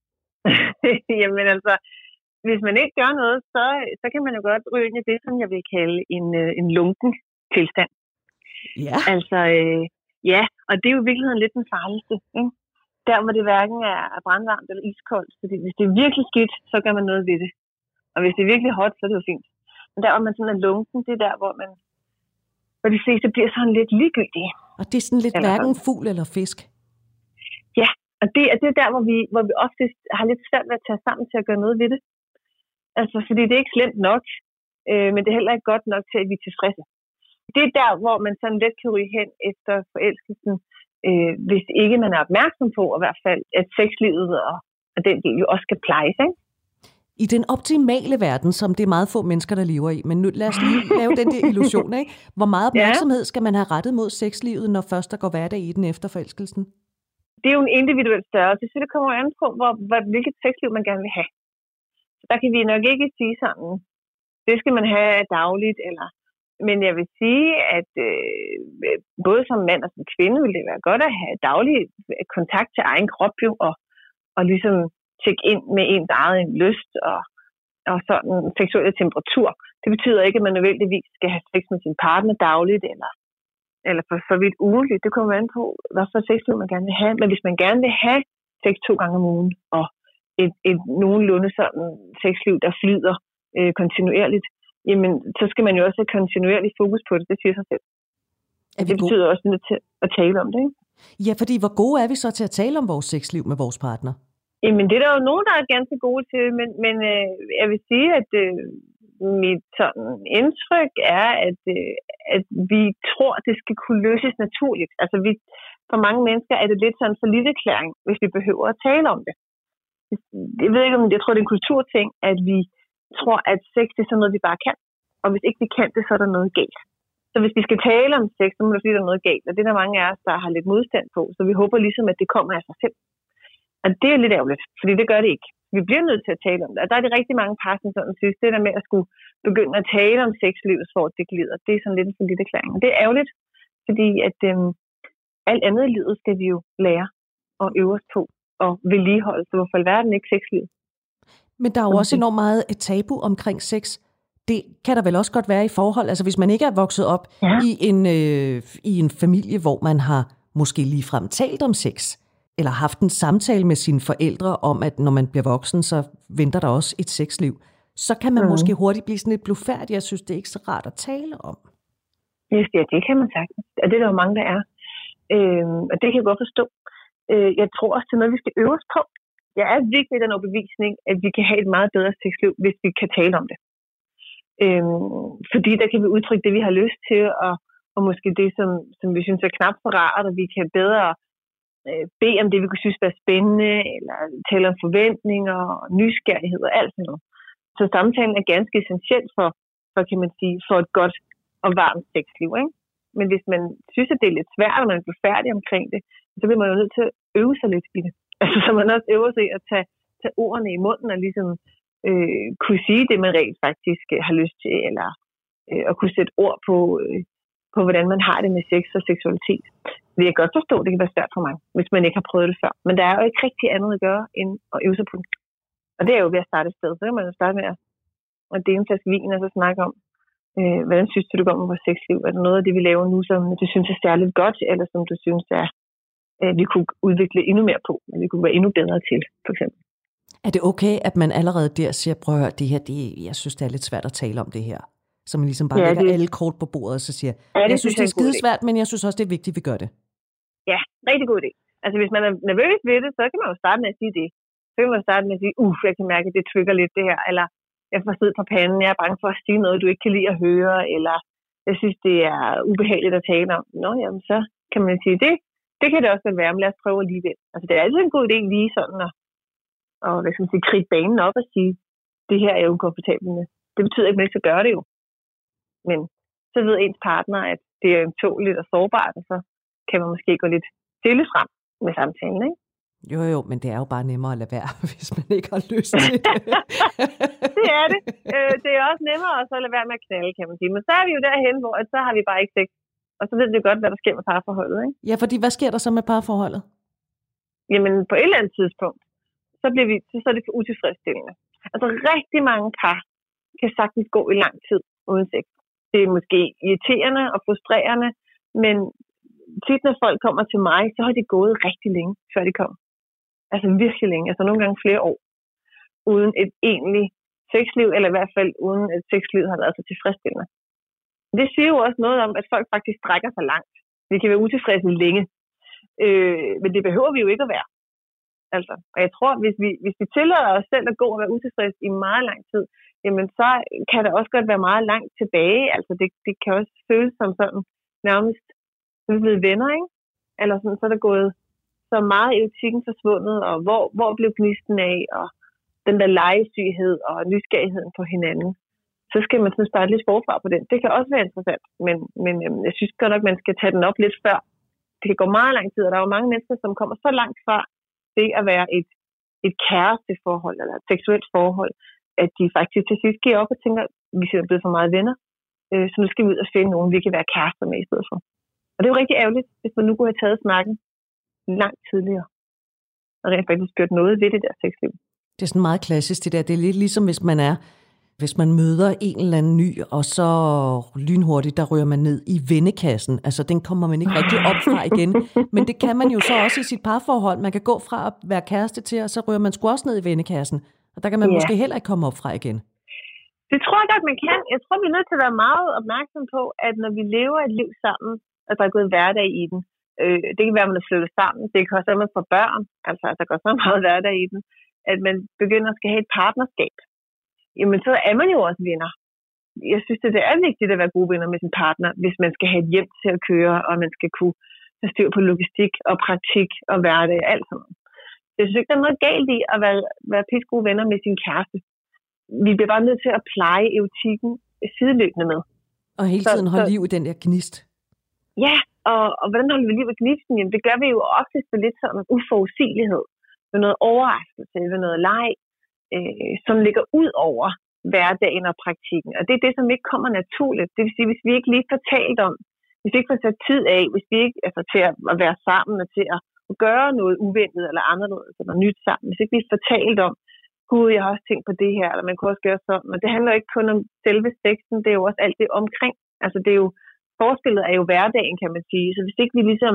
Jamen altså, hvis man ikke gør noget, så kan man jo godt ryge ind i det, som jeg vil kalde en lunken tilstand. Ja. Altså, ja, og det er jo i virkeligheden lidt den farligste. Ikke? Der, hvor det hverken er brandvarmt eller iskoldt. Fordi hvis det er virkelig skidt, så gør man noget ved det. Og hvis det er virkelig hot, så er det jo fint. Men der, hvor man sådan er lunken, det er der, hvor de fleste bliver sådan lidt ligegyldige. Og det er sådan lidt hverken fugl eller fisk? Ja, og det er der, hvor vi ofte har lidt svært ved at tage sammen til at gøre noget ved det. Altså, fordi det er ikke slemt nok, men det er heller ikke godt nok til, at vi er tilfredse. Det er der, hvor man sådan let kan ryge hen efter forelskelsen, hvis ikke man er opmærksom på, i hvert fald, at sexlivet og den del jo også skal plejes, ikke? I den optimale verden, som det er meget få mennesker, der lever i, men nu lad os lige lave den der illusion, ikke? Hvor meget opmærksomhed skal man have rettet mod sexlivet, når først der går hverdag i den efter forelskelsen? Det er jo en individuel størrelse, så det kommer an på, hvilket sexliv man gerne vil have. Så der kan vi nok ikke sige sådan, det skal man have dagligt, eller... Men jeg vil sige, at både som mand og som kvinde vil det være godt at have daglig kontakt til egen krop jo, og ligesom tjekke ind med ens eget lyst og sådan seksuelle temperatur. Det betyder ikke, at man nødvendigvis skal have sex med sin partner dagligt, eller for så vidt ugentligt. Det kommer an på, hvad for sexliv man gerne vil have. Men hvis man gerne vil have sex 2 gange om ugen, og et nogenlunde sådan sexliv, der flyder kontinuerligt, jamen, så skal man jo også have kontinuerlig fokus på det. Det siger sig selv. Det betyder også nødt til at tale om det, ikke? Ja, fordi hvor gode er vi så til at tale om vores sexliv med vores partner? Jamen, det er der jo nogen, der er ganske gode til, men jeg vil sige, at mit sådan indtryk er, at vi tror, at det skal kunne løses naturligt. Altså, for mange mennesker er det lidt sådan en forlitterklæring, hvis vi behøver at tale om det. Jeg ved ikke, om jeg tror, det er en kulturting, at vi tror, at sex det er sådan noget, vi bare kan. Og hvis ikke vi kan det, så er der noget galt. Så hvis vi skal tale om sex, så må der sige, der er noget galt. Og det er der mange af os, der har lidt modstand på. Så vi håber ligesom, at det kommer af sig selv. Og det er lidt ærgerligt, fordi det gør det ikke. Vi bliver nødt til at tale om det. Og der er det rigtig mange par, som sådan synes, det der med at skulle begynde at tale om sexlivet, for det glider, det er sådan lidt en forlidt erklæring. Og det er ærgerligt, fordi at alt andet i livet skal vi jo lære og øve os på og vedligeholde. Så hvorfor alverden ikke sexlivet? Men der er jo også enormt meget et tabu omkring sex. Det kan der vel også godt være i forhold. Altså hvis man ikke er vokset op i en familie, hvor man har måske ligefrem talt om sex, eller haft en samtale med sine forældre om, at når man bliver voksen, så venter der også et sexliv, så kan man måske hurtigt blive sådan lidt blufærdig. Jeg synes, det er ikke så rart at tale om. Ja, det kan man sagtens. Og det er der jo mange, der er. Og det kan jeg godt forstå. Jeg tror også, det er noget, vi skal øve os på. Jeg er virkelig den overbevisning, at vi kan have et meget bedre sexliv, hvis vi kan tale om det. Fordi der kan vi udtrykke det, vi har lyst til, og måske det, som vi synes er knap for rart, og vi kan bedre bede om det, vi kunne synes var spændende, eller tale om forventninger og nysgerrighed og alt sådan noget. Så samtalen er ganske essentiel for kan man sige, for et godt og varmt sexliv, ikke? Men hvis man synes, at det er lidt svært, og man bliver færdig omkring det, så bliver man jo nødt til at øve sig lidt i det. Altså, så man også øver sig at tage ordene i munden og ligesom kunne sige det, man rent faktisk har lyst til, eller at kunne sætte ord på, hvordan man har det med sex og seksualitet. Det jeg kan godt forstå, det kan være svært for mig, hvis man ikke har prøvet det før. Men der er jo ikke rigtig andet at gøre, end at øve sig på det. Og det er jo ved at starte et sted. Så kan man jo starte med at dele en flaske vin og så snakke om, hvordan synes du går med vores sexliv? Er der noget af det, vi laver nu, som du synes er særligt godt, eller som du synes vi kunne udvikle endnu mere på, eller vi kunne være endnu bedre til, for eksempel. Er det okay, at man allerede der siger, prøv at høre, jeg synes, det er lidt svært at tale om det her? Så man ligesom bare lægger alle kort på bordet og så siger, jeg synes, det er skidesvært, men jeg synes også, det er vigtigt, at vi gør det. Ja, rigtig god idé. Altså, hvis man er nervøs ved det, så kan man jo starte med at sige det. Så kan man starte med at sige, jeg kan mærke, at det trigger lidt det her, eller jeg får siddet på panden, jeg er bange for at sige noget, du ikke kan lide at høre, eller jeg synes, det er ubehageligt at tale om. Nå, jamen, så kan man sige det. Det kan det også være, men lad os prøve alligevel. Altså, det er altid en god idé lige sådan og hvad skal man sige, kridte banen op og sige, det her er jeg ukomfortabel med. Det betyder ikke, at man ikke skal gøre det jo. Men så ved ens partner, at det er ømtåligt og sårbart, og så kan man måske gå lidt stille frem med samtalen, ikke? Jo, men det er jo bare nemmere at lade være, hvis man ikke har lyst til det. Det er det. Det er også nemmere at så lade være med at knalde, kan man sige. Men så er vi jo derhen, hvor så har vi bare ikke sex. Og så ved vi godt, hvad der sker med parforholdet, ikke? Ja, fordi hvad sker der så med parforholdet? Jamen, på et eller andet tidspunkt, så er det for utilfredsstillende. Altså, rigtig mange par kan sagtens gå i lang tid uden sex. Det er måske irriterende og frustrerende, men tit når folk kommer til mig, så har de gået rigtig længe, før de kom. Altså virkelig længe, altså nogle gange flere år, uden et egentligt sexliv, eller i hvert fald uden at sexlivet har været så tilfredsstillende. Det siger jo også noget om, at folk faktisk strækker sig langt. Vi kan være utilfredse længe, men det behøver vi jo ikke at være. Altså, og jeg tror, hvis vi tillader os selv at gå og være utilfredse i meget lang tid, jamen så kan det også godt være meget langt tilbage. Altså det kan også føles som sådan nærmest, så vi er blevet venner, ikke? Eller sådan, så er der gået så meget erotikken forsvundet, og hvor blev gnisten af, og den der legesyghed og nysgerrigheden på hinanden. Så skal man sådan starte lidt forfra på den. Det kan også være interessant, men jeg synes godt nok, man skal tage den op lidt før. Det kan gå meget lang tid, og der er jo mange mennesker, som kommer så langt fra det at være et kæresteforhold eller et seksuelt forhold, at de faktisk til sidst giver op og tænker, vi er blevet for meget venner, så nu skal vi ud og finde nogen, vi kan være kærester med i stedet for. Og det er jo rigtig ærgerligt, hvis man nu kunne have taget snakken langt tidligere, og rent faktisk gjort noget ved det der sexliv. Det er sådan meget klassisk det der. Det er lidt ligesom hvis man møder en eller anden ny, og så lynhurtigt, der rører man ned i vennekassen. Altså, den kommer man ikke rigtig op fra igen. Men det kan man jo så også i sit parforhold. Man kan gå fra at være kæreste til, og så rører man sgu også ned i vennekassen. Og der kan man måske heller ikke komme op fra igen. Det tror jeg godt, man kan. Jeg tror, vi er nødt til at være meget opmærksom på, at når vi lever et liv sammen, og der er gået hverdag i den, det kan være, at man er flyttet sammen, det kan også være, at man får børn, altså der går så meget hverdag i den, at man begynder at skal have et partnerskab. Jamen, så er man jo også venner. Jeg synes, det er vigtigt at være gode venner med sin partner, hvis man skal have et hjem til at køre, og man skal kunne have styr på logistik og praktik og hverdag og alt sådan noget. Jeg synes ikke, der er noget galt i at være pisse gode venner med sin kæreste. Vi bliver bare nødt til at pleje erotikken sideløbende med. Og hele tiden holde liv i den der gnist. Ja, og hvordan holder vi liv i gnisten? Jamen, det gør vi jo oftest med lidt sådan en uforudsigelighed, med noget overraskelse, med noget leg, som ligger ud over hverdagen og praktikken. Og det er det, som ikke kommer naturligt. Det vil sige, hvis vi ikke lige får talt om, hvis vi ikke får sat tid af, hvis vi ikke er til at være sammen og til at gøre noget uventet eller anderledes eller nyt sammen, hvis ikke vi får talt om, gud, jeg har også tænkt på det her, eller man kunne også gøre sådan. Men det handler ikke kun om selve sexen, det er jo også alt det omkring. Altså det er jo, forskellen er jo hverdagen, kan man sige. Så hvis ikke vi ligesom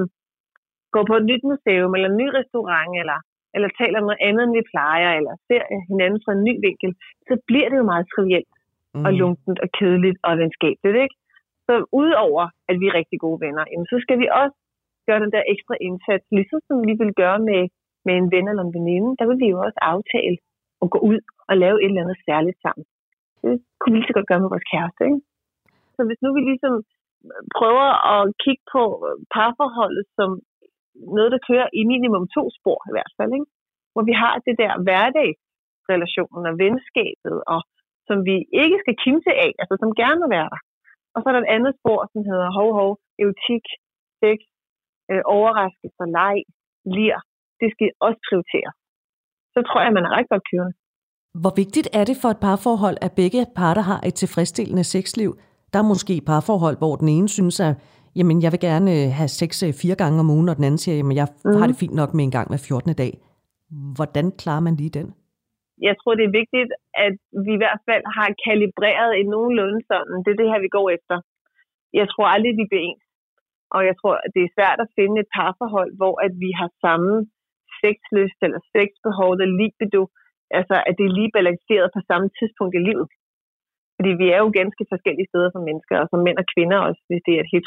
går på et nyt museum, eller en ny restaurant, eller taler om noget andet, end vi plejer, eller ser hinanden fra en ny vinkel, så bliver det jo meget trivielt, og lunkent, og kedeligt, og venskabeligt, ikke? Så udover, at vi er rigtig gode venner, jamen, så skal vi også gøre den der ekstra indsats, ligesom som vi vil gøre med en ven eller en veninde, der vil vi jo også aftale at gå ud og lave et eller andet særligt sammen. Det kunne vi lige så godt gøre med vores kæreste, ikke? Så hvis nu vi ligesom prøver at kigge på parforholdet som noget, der kører i minimum 2 spor i hvert fald, ikke? Hvor vi har det der hverdagsrelationen og venskabet, og som vi ikke skal kimse af, altså som gerne vil være der. Og så er der et andet spor, som hedder erotik, sex, overraskelser, leg, lir. Det skal også prioriteres. Så tror jeg, man er ret godt kørende. Hvor vigtigt er det for et parforhold, at begge parter har et tilfredsstillende sexliv? Der er måske parforhold, hvor den ene synes, at jamen, jeg vil gerne have sex 4 gange om ugen, og den anden siger, jamen, jeg har det fint nok med en gang hver 14. dag. Hvordan klarer man lige den? Jeg tror, det er vigtigt, at vi i hvert fald har kalibreret en nogenlunde sådan. Det er det her, vi går efter. Jeg tror aldrig, vi bliver ens. Og jeg tror, at det er svært at finde et parforhold, hvor at vi har samme sexlyst eller sexbehov eller libido. Altså, at det er lige balanceret på samme tidspunkt i livet. Fordi vi er jo ganske forskellige steder som mennesker, og som mænd og kvinder også, hvis det er et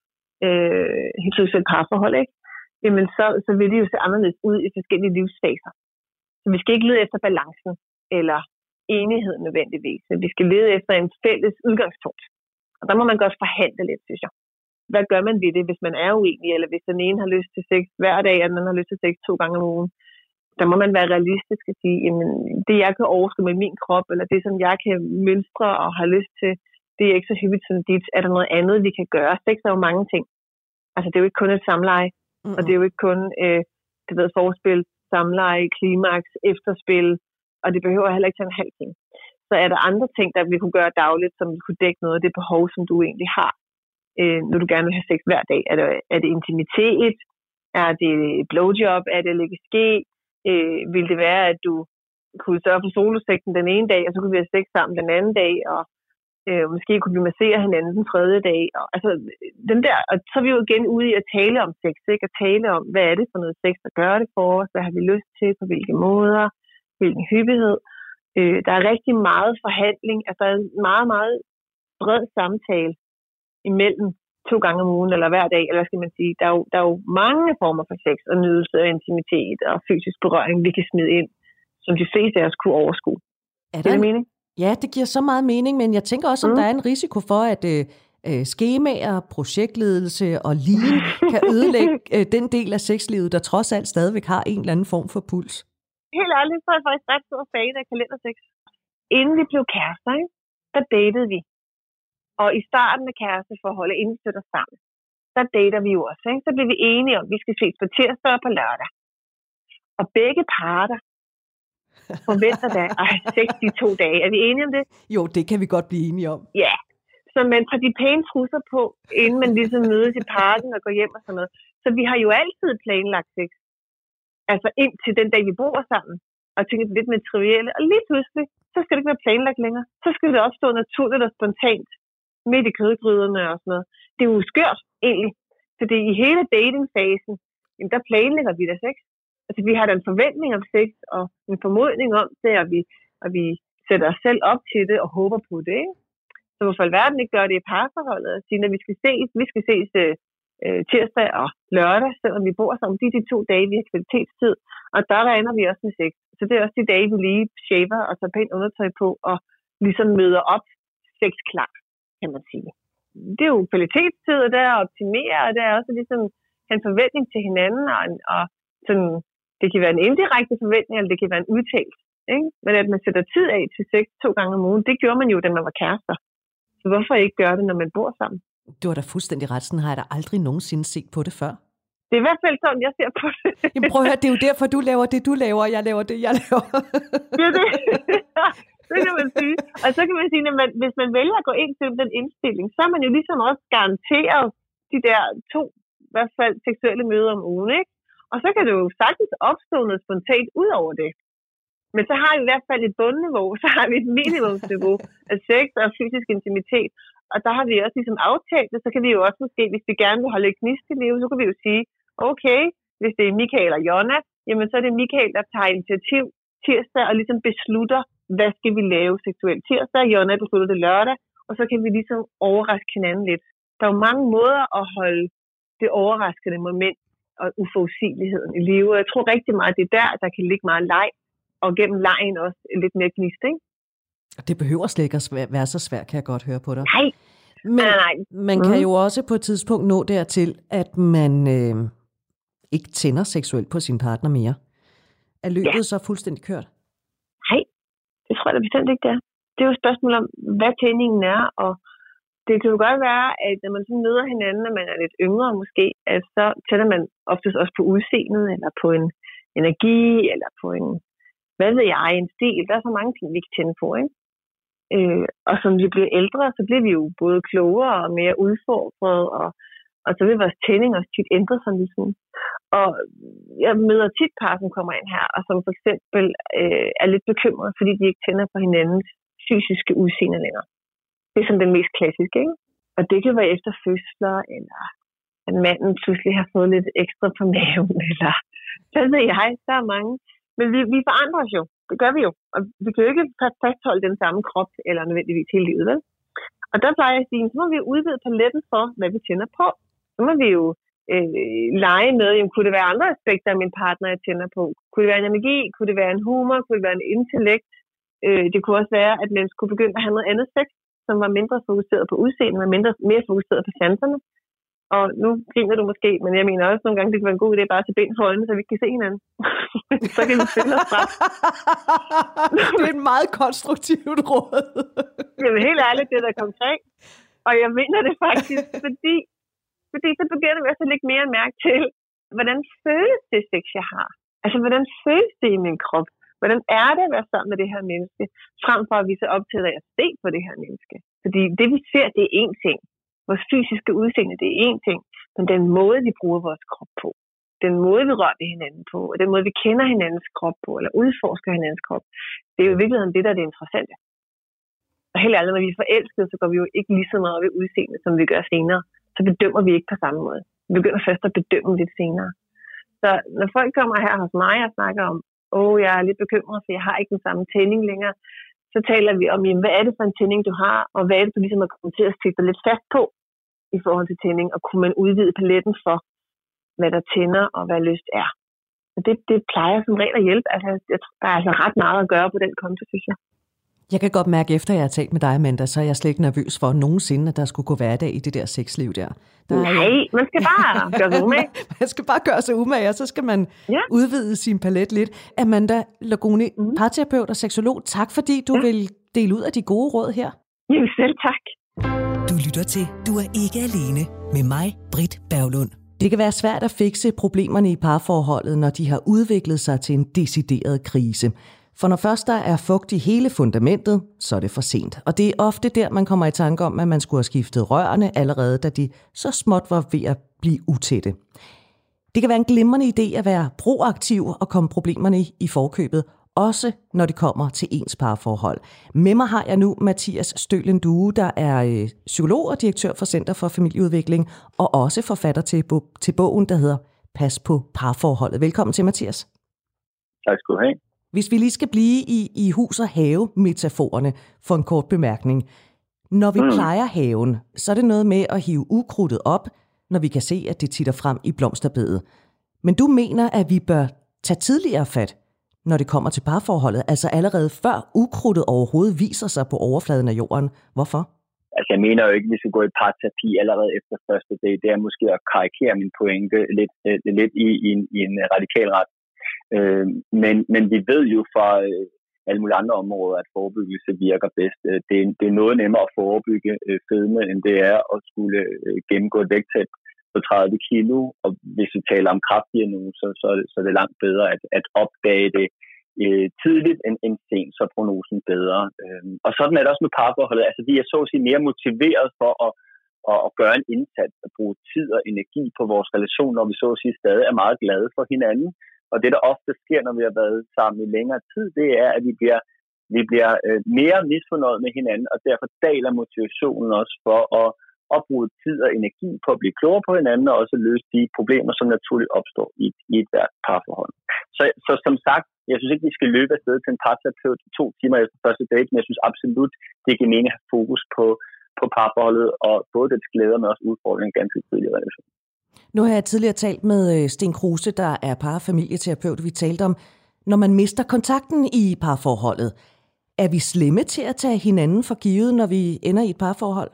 heteroseksuelt parforhold, ikke? Jamen så vil det jo se anderledes ud i forskellige livsfaser. Så vi skal ikke lede efter balancen eller enighed nødvendigvis. Så vi skal lede efter en fælles udgangspunkt. Og der må man godt forhandle lidt, synes jeg. Hvad gør man ved det, hvis man er uenig, eller hvis den ene har lyst til sex hver dag, og den anden har lyst til sex 2 gange om ugen? Der må man være realistisk og sige, jamen, det jeg kan overskue med min krop, eller det som jeg kan mønstre og har lyst til, det er ikke så hyppigt som dit. Er der noget andet, vi kan gøre? Sex er jo mange ting. Altså, det er jo ikke kun et samleje, og det er jo ikke kun forspil, samleje, klimaks, efterspil, og det behøver heller ikke tage en halv time. Så er der andre ting, der vi kunne gøre dagligt, som vi kunne dække noget af det behov, som du egentlig har, når du gerne vil have sex hver dag. Er det intimitet? Er det blowjob? Er det lægge ske? Vil det være, at du kunne sørge for solosexen den ene dag, og så kunne vi have sex sammen den anden dag, og måske kunne vi massere hinanden den 3. dag. Og, altså, og så er vi jo igen ude i at tale om sex, ikke? At tale om, hvad er det for noget sex, der gør det for os? Hvad har vi lyst til? På hvilke måder? Hvilken hyppighed? Der er rigtig meget forhandling. Altså, der er en meget, meget bred samtale imellem 2 gange om ugen, eller hver dag, eller hvad skal man sige. Der er jo mange former for sex og nydelse og intimitet og fysisk berøring, vi kan smide ind, som de fleste af os kunne overskue. Er det mening? Ja, det giver så meget mening, men jeg tænker også, om der er en risiko for, at skemaer, projektledelse og lean kan ødelægge den del af sexlivet, der trods alt stadigvæk har en eller anden form for puls. Helt ærligt, så er jeg faktisk ret stor fan af kalendersex. Inden vi blev kærester, der datede vi. Og i starten af kæresteforholdet, inden vi sætter sammen, der dater vi jo også. Ikke? Så bliver vi enige om, at vi skal ses på tirsdag og på lørdag. Og begge parter forventer da at have sex de 2 dage. Er vi enige om det? Jo, det kan vi godt blive enige om. Ja. Så man tager de pæne trusser på, inden man ligesom mødes i parken og går hjem og sådan noget. Så vi har jo altid planlagt sex. Altså indtil den dag, vi bor sammen. Og tænker lidt mere trivielle. Og lige pludselig, så skal det ikke være planlagt længere. Så skal det opstå naturligt og spontant. Midt i kødgryderne og sådan noget. Det er jo skørt, egentlig. Så det er i hele datingfasen, jamen der planlægger vi da sex. Altså vi har da en forventning om sex, og en formodning om det, og vi sætter os selv op til det, og håber på det, ikke? Så hvorfor alverden ikke gør det i parforholdet, og sige, at vi skal ses tirsdag og lørdag, selvom vi bor sammen. Det er de 2 dage, vi har kvalitetstid, og der ender vi også med sex. Så det er også de dage, vi lige shaver og tager pænt undertøj på, og ligesom møder op sexklar, kan man sige. Det er jo kvalitetstid, og det er at optimere, og det er også ligesom en forventning til hinanden, og sådan, det kan være en indirekte forventning, eller det kan være en udtalt. Ikke? Men at man sætter tid af til sex 2 gange om ugen, det gjorde man jo, da man var kærester. Så hvorfor ikke gøre det, når man bor sammen? Du har da fuldstændig ret, sådan har jeg da aldrig nogensinde set på det før. Det er i hvert fald sådan, jeg ser på det. Jamen prøv at høre, det er jo derfor, du laver det, du laver, og jeg laver det, jeg laver. Det er det. Det kan man sige. Og så kan man sige, at hvis man vælger at gå ind til den indstilling, så er man jo ligesom også garanteret de der 2, i hvert fald seksuelle møder om ugen, ikke? Og så kan det jo sagtens opstå noget spontant ud over det. Men så har vi i hvert fald et bundniveau, så har vi et minimumsniveau af sex og fysisk intimitet. Og der har vi også ligesom aftalt det, så kan vi jo også måske, hvis vi gerne vil holde et gnist i livet, så kan vi jo sige, okay, hvis det er Michael og Jonna, jamen så er det Michael, der tager initiativ tirsdag og ligesom beslutter, hvad skal vi lave seksuelt tirsdag, Jonna beslutter det lørdag, og så kan vi ligesom overraske hinanden lidt. Der er jo mange måder at holde det overraskende moment og uforudsigeligheden i livet. Jeg tror rigtig meget, det er der kan ligge meget leg, og gennem lejen også lidt mere gnist, ikke? Det behøver slet ikke at være så svært, kan jeg godt høre på dig. Nej. Men man kan jo også på et tidspunkt nå dertil, at man ikke tænder seksuelt på sin partner mere. Er løbet så fuldstændig kørt? Nej, det tror jeg da bestemt ikke, det er. Det er jo et spørgsmål om, hvad tændingen er, og det kan jo godt være, at når man så møder hinanden, når man er lidt yngre måske, at så tænder man oftest også på udseendet, eller på en energi, eller på en, hvad ved jeg, en stil. Der er så mange ting, vi kan tænde på, ikke? Og som vi bliver ældre, så bliver vi jo både klogere og mere udfordret, og så vil vores tænding også tit ændre sig ligesom. Og jeg møder tit par, som kommer ind her, og som for eksempel er lidt bekymrede, fordi de ikke tænder på hinandens fysiske udseende længere. Det er sådan den mest klassiske, ikke? Og det kan være efter fødsler, eller at manden pludselig har fået lidt ekstra på maven, eller hvad ved jeg, der er mange. Men vi forandrer os jo. Det gør vi jo. Og vi kan jo ikke fastholde den samme krop, eller nødvendigvis hele livet, vel? Og der plejer jeg at sige, så må vi jo udvide paletten for, hvad vi tænder på. Så må vi jo lege med, jamen, kunne det være andre aspekter af min partner, jeg tænder på? Kunne det være en energi? Kunne det være en humor? Kunne det være en intellekt? Det kunne også være, at man skulle begynde at have noget andet sex, som var mindre fokuseret på udseendet, var mere fokuseret på sanserne. Og nu griner du måske, men jeg mener også nogle gange, det kan være en god idé bare at tage ben for øjnene, så vi ikke kan se hinanden. Så kan vi følge os frem. Det er et meget konstruktivt råd. Jamen helt ærligt, det er da konkret. Og jeg mener det faktisk, fordi så begynder vi også at lægge mere mærke til, hvordan føles det sex, jeg har? Altså, hvordan føles det i min krop? Hvordan er det at være sammen med det her menneske? Frem for at vi så optaget af at se på det her menneske. Fordi det vi ser, det er én ting. Vores fysiske udseende, det er én ting. Men den måde, vi bruger vores krop på, den måde, vi rører ved hinanden på, og den måde, vi kender hinandens krop på, eller udforsker hinandens krop, det er jo i virkeligheden det, der er det interessante. Og helt ærligt, når vi er forelskede, så går vi jo ikke lige så meget ved udseende, som vi gør senere. Så bedømmer vi ikke på samme måde. Vi begynder først at bedømme lidt senere. Så når folk kommer her hos mig og snakker om, jeg er lidt bekymret, for jeg har ikke den samme tænding længere, så taler vi om, jamen, hvad er det for en tænding, du har, og hvad er det, du ligesom er kommet til at sætte dig lidt fast på i forhold til tænding, og kunne man udvide paletten for, hvad der tænder og hvad lyst er. Så det plejer som regel at hjælpe. Altså, der er altså ret meget at gøre på den konto, synes jeg. Jeg kan godt mærke, efter jeg har talt med dig, Amanda, så er jeg slet ikke nervøs for nogensinde, at der skulle gå hverdag i det der sexliv der. Nej, man skal bare gøre sig umage. Man skal bare gøre sig umage, og så skal man udvide sin palet lidt. Amanda Lagoni, parterapeut og seksolog, tak fordi du vil dele ud af de gode råd her. Jamen selv tak. Du lytter til Du er ikke alene med mig, Britt Berglund. Det kan være svært at fikse problemerne i parforholdet, når de har udviklet sig til en decideret krise. For når først der er fugt i hele fundamentet, så er det for sent. Og det er ofte der, man kommer i tanke om, at man skulle have skiftet rørene allerede, da de så småt var ved at blive utætte. Det kan være en glimrende idé at være proaktiv og komme problemerne i forkøbet, også når det kommer til ens parforhold. Med mig har jeg nu Mathias Stølen Due, der er psykolog og direktør for Center for Familieudvikling, og også forfatter til bogen, der hedder Pas på parforholdet. Velkommen til, Mathias. Tak skal du have. Hvis vi lige skal blive i hus- og have-metaforerne for en kort bemærkning. Når vi plejer haven, så er det noget med at hive ukrudtet op, når vi kan se, at det titter frem i blomsterbedet. Men du mener, at vi bør tage tidligere fat, når det kommer til parforholdet, altså allerede før ukrudtet overhovedet viser sig på overfladen af jorden. Hvorfor? Altså, jeg mener jo ikke, at vi skal gå i parterapi allerede efter første date. Det er måske at karikere min pointe lidt i en radikal ret. Men vi ved jo fra alle mulige andre områder, at forebyggelse virker bedst. Det er noget nemmere at forebygge fedme, end det er at skulle gennemgå et vægttab på 30 kilo. Og hvis vi taler om kræftdiagnose, så er det langt bedre at opdage det tidligt end sent, så er prognosen bedre. Og sådan er det også med parforholdet. Altså, vi er så at sige mere motiveret for at gøre en indsats, at bruge tid og energi på vores relation, når vi så at sige stadig er meget glade for hinanden. Og det, der ofte sker, når vi har været sammen i længere tid, det er, at vi bliver mere misfornøjet med hinanden, og derfor daler motivationen også for at bruge tid og energi på at blive klogere på hinanden, og også løse de problemer, som naturligt opstår i et hvert parforhold. Så som sagt, jeg synes ikke, vi skal løbe afsted til en parterapeut 2 timer efter første date, men jeg synes absolut, det giver mening at have fokus på parforholdet, og både dets glæder, men også udfordringer ganske tidlig i relation. Nu har jeg tidligere talt med Sten Kruse, der er par- og familieterapeut. Vi talte om, når man mister kontakten i parforholdet. Er vi slemme til at tage hinanden for givet, når vi ender i et parforhold?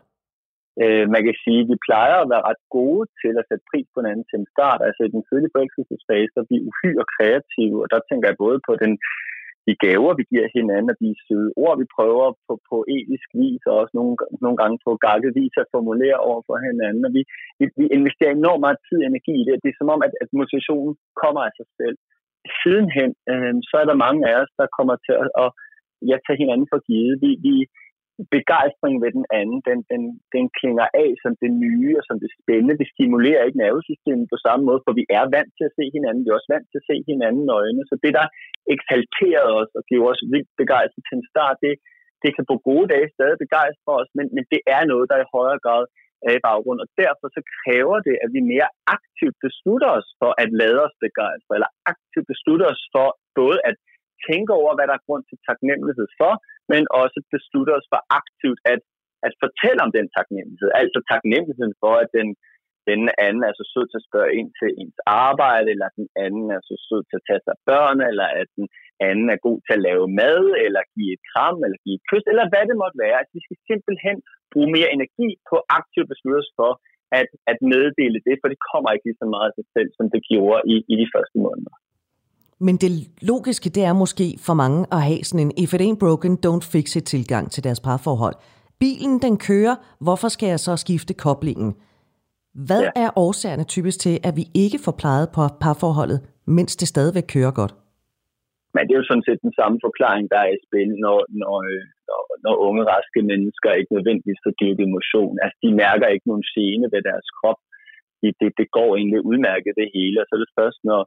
Man kan sige, at vi plejer at være ret gode til at sætte pris på hinanden til en start. Altså i den tidlige forelskelsesfase, så er vi uhyre kreative, og der tænker jeg både på de gaver, vi giver hinanden, og de søde ord, vi prøver på poetisk vis, og også nogle gange på gakket vis at formulere over for hinanden. Og vi investerer enormt meget tid og energi i det. Det er som om, at motivationen kommer af sig selv. Sidenhen, så er der mange af os, der kommer til at tage hinanden for givet. Begejstring ved den anden, den klinger af som det nye og som det spændende. Det stimulerer ikke nervesystemet på samme måde, for vi er vant til at se hinanden. Vi er også vant til at se hinanden i øjnene. Så det, der eksalterer os og giver os vildt begejstret til en start, det kan på gode dage stadig begejstre os, men det er noget, der i højere grad er i baggrund. Og derfor så kræver det, at vi mere aktivt beslutter os for at lade os begejstre, eller aktivt beslutter os for både at tænke over, hvad der er grund til taknemmelighed for, men også beslutte os for aktivt at fortælle om den taknemmelighed. Altså taknemmeligheden for, at den anden er så sød til at spørge ind til ens arbejde, eller at den anden er så sød til at tage sig af børn, eller at den anden er god til at lave mad, eller give et kram, eller give et kys, eller hvad det måtte være. Altså, vi skal simpelthen bruge mere energi på aktivt beslutte os for at meddele det, for det kommer ikke lige så meget af sig selv, som det gjorde i de første måneder. Men det logiske, det er måske for mange at have sådan en if it ain't broken, don't fix it tilgang til deres parforhold. Bilen, den kører, hvorfor skal jeg så skifte koblingen? Hvad er årsagerne typisk til, at vi ikke får plejet på parforholdet, mens det stadigvæk kører godt? Men det er jo sådan set den samme forklaring, der er i spil, når unge, raske mennesker ikke nødvendigvis får dyrket emotion. Altså, de mærker ikke nogen gene ved deres krop. Det går egentlig udmærket det hele, og så er det først, når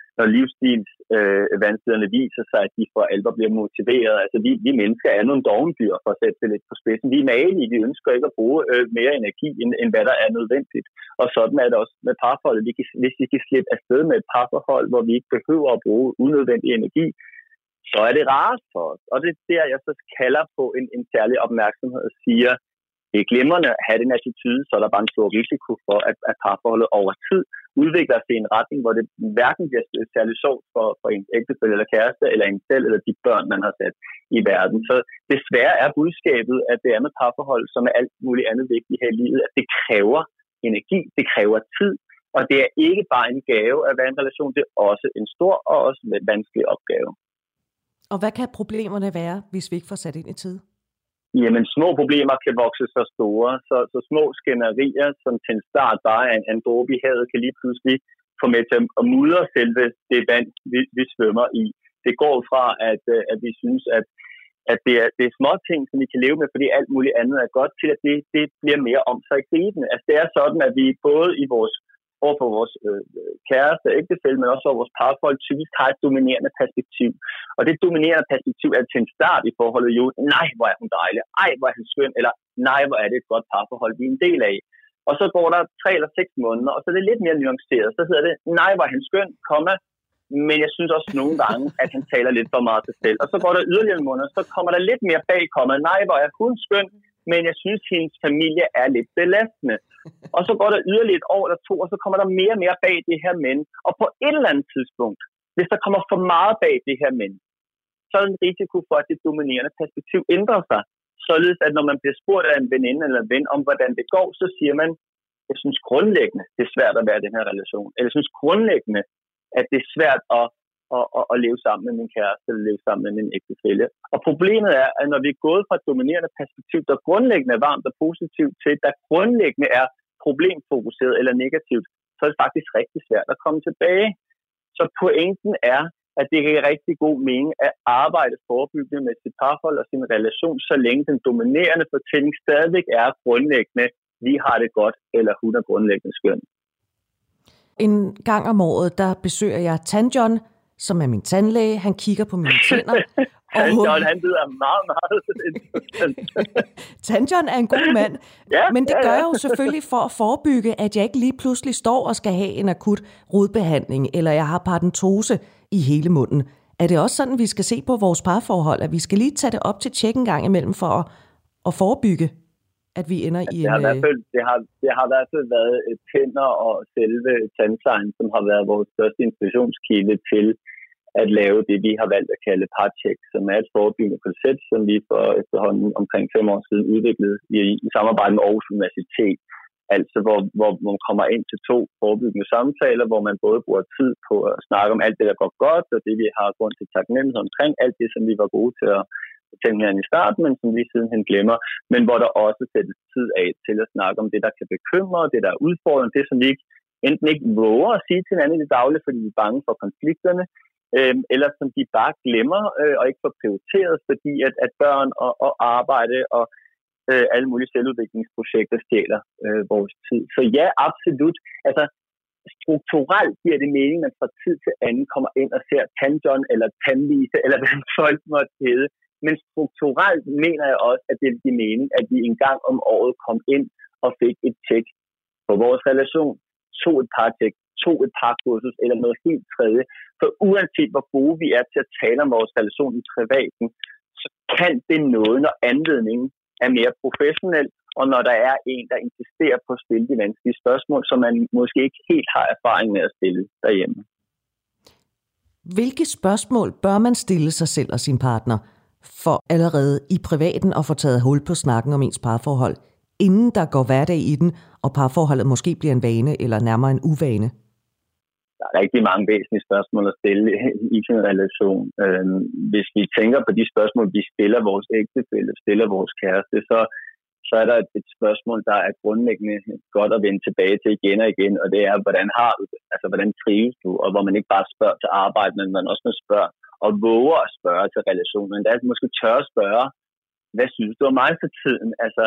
livsstilsvanskelighederne viser sig, at de for alvor bliver motiveret. Altså vi mennesker er nogle dovendyr, for at sætte det lidt på spidsen. Vi er magelige, vi ønsker ikke at bruge mere energi, end hvad der er nødvendigt. Og sådan er det også med parforholdet. Hvis vi kan slippe afsted med et parforhold, hvor vi ikke behøver at bruge unødvendig energi, så er det rarest for os. Og det er der, jeg så kalder på en særlig opmærksomhed og siger, det er glimrende at have den attitude, så er der bare en stor risiko for, at parforholdet over tid udvikler sig i en retning, hvor det hverken bliver særlig sjovt for ens ægtefælle eller kæreste, eller en selv, eller de børn, man har sat i verden. Så desværre er budskabet, at det er med parforhold, som er alt muligt andet vigtigt her i livet, at det kræver energi, det kræver tid, og det er ikke bare en gave at være en relation, det er også en stor og også vanskelig opgave. Og hvad kan problemerne være, hvis vi ikke får sat ind i tid? Jamen, små problemer kan vokse så store, så små skænderier, som til en start bare er en dråbe i havet, kan lige pludselig få med til at mudre selve det vand, vi svømmer i. Det går fra, at vi synes, at det er små ting, som vi kan leve med, fordi alt muligt andet er godt, til at det bliver mere omsiggribende. Altså det er sådan, at vi både overfor vores kæreste, ægtefælle, men også over vores parforhold, typisk har et dominerende perspektiv. Og det dominerende perspektiv er til en start i forholdet jo, nej, hvor er hun dejlig, ej, hvor er han skøn, eller nej, hvor er det et godt parforhold, vi er en del af. Og så går der 3 eller 6 måneder, og så er det lidt mere nuanceret. Så hedder det, nej, hvor er han skøn, men jeg synes også nogle gange, at han taler lidt for meget til sig selv. Og så går der yderligere måneder, så kommer der lidt mere bag, nej, hvor er hun skøn, men jeg synes, at hendes familie er lidt belastende. Og så går der yderligere et år eller 2, og så kommer der mere og mere bag det her men. Og på et eller andet tidspunkt, hvis der kommer for meget bag det her men, så er der en risiko for, at det dominerende perspektiv ændrer sig. Således at når man bliver spurgt af en veninde eller en ven om, hvordan det går, så siger man, jeg synes grundlæggende, det er svært at være i den her relation. Eller jeg synes grundlæggende, at det er svært at leve sammen med min kæreste, eller leve sammen med min ægtefælle. Og problemet er, at når vi er gået fra et dominerende perspektiv, der grundlæggende er varmt og positivt, til der grundlæggende er problemfokuseret eller negativt, så er det faktisk rigtig svært at komme tilbage. Så pointen er, at det giver rigtig god mening at arbejde forebyggende med sit parforhold og sin relation, så længe den dominerende fortælling stadigvæk er grundlæggende, vi har det godt, eller hun er grundlæggende skøn. En gang om året, der besøger jeg Tandjon, som er min tandlæge. Han kigger på mine tænder. Tandjon, han lyder meget, meget interessant. Tandjon er en god mand, ja, men det gør jeg jo selvfølgelig for at forebygge, at jeg ikke lige pludselig står og skal have en akut rodbehandling, eller jeg har paradentose i hele munden. Er det også sådan, vi skal se på vores parforhold, at vi skal lige tage det op til tjek en gang imellem for at forebygge, at vi ender i en... Det har i hvert fald været tænder og selve tandplejen, som har været vores største inspirationskilde til at lave det, vi har valgt at kalde ParCheck, som er et forebyggende koncept, som vi for efterhånden omkring 5 år siden udviklede i samarbejde med Aarhus Universitet. Altså hvor man kommer ind til 2 forebyggende samtaler, hvor man både bruger tid på at snakke om alt det, der går godt, og det, vi har grund til taknemmelighed omkring, alt det, som vi var gode til at fortælle her i starten, men som vi sidenhen glemmer, men hvor der også sættes tid af til at snakke om det, der kan bekymre, det, der er udfordrende, det, som vi enten ikke våger at sige til hinanden i det daglige, fordi vi er bange for konflikterne, eller som de bare glemmer og ikke får prioriteret, fordi at børn og arbejde og alle mulige selvudviklingsprojekter stjæler vores tid. Så ja, absolut. Altså, strukturelt giver det mening, at man fra tid til anden kommer ind og ser Tandjon eller Tandlise, eller hvad folk måtte hedde. Men strukturelt mener jeg også, at det vil give mening, at vi en gang om året kom ind og fik et tjek på vores relation, tog et ParCheck, tog et parkursus eller noget helt tredje. For uanset hvor gode vi er til at tale om vores relation i privaten, så kan det noget, når anledningen er mere professionel, og når der er en, der insisterer på at stille de vanskelige spørgsmål, som man måske ikke helt har erfaring med at stille derhjemme. Hvilke spørgsmål bør man stille sig selv og sin partner, for allerede i privaten at få taget hul på snakken om ens parforhold, inden der går hverdag i den, og parforholdet måske bliver en vane eller nærmere en uvane? Der er rigtig mange væsentlige spørgsmål at stille i sin relation. Hvis vi tænker på de spørgsmål, vi stiller vores ægtefælle, stiller vores kæreste, så er der et spørgsmål, der er grundlæggende godt at vende tilbage til igen og igen, og det er, hvordan har du det? Altså, hvordan trives du? Og hvor man ikke bare spørger til arbejde, men man også spørger og våger at spørge til relationen. Der er måske tør at spørge, hvad synes du om mig for tiden? Altså,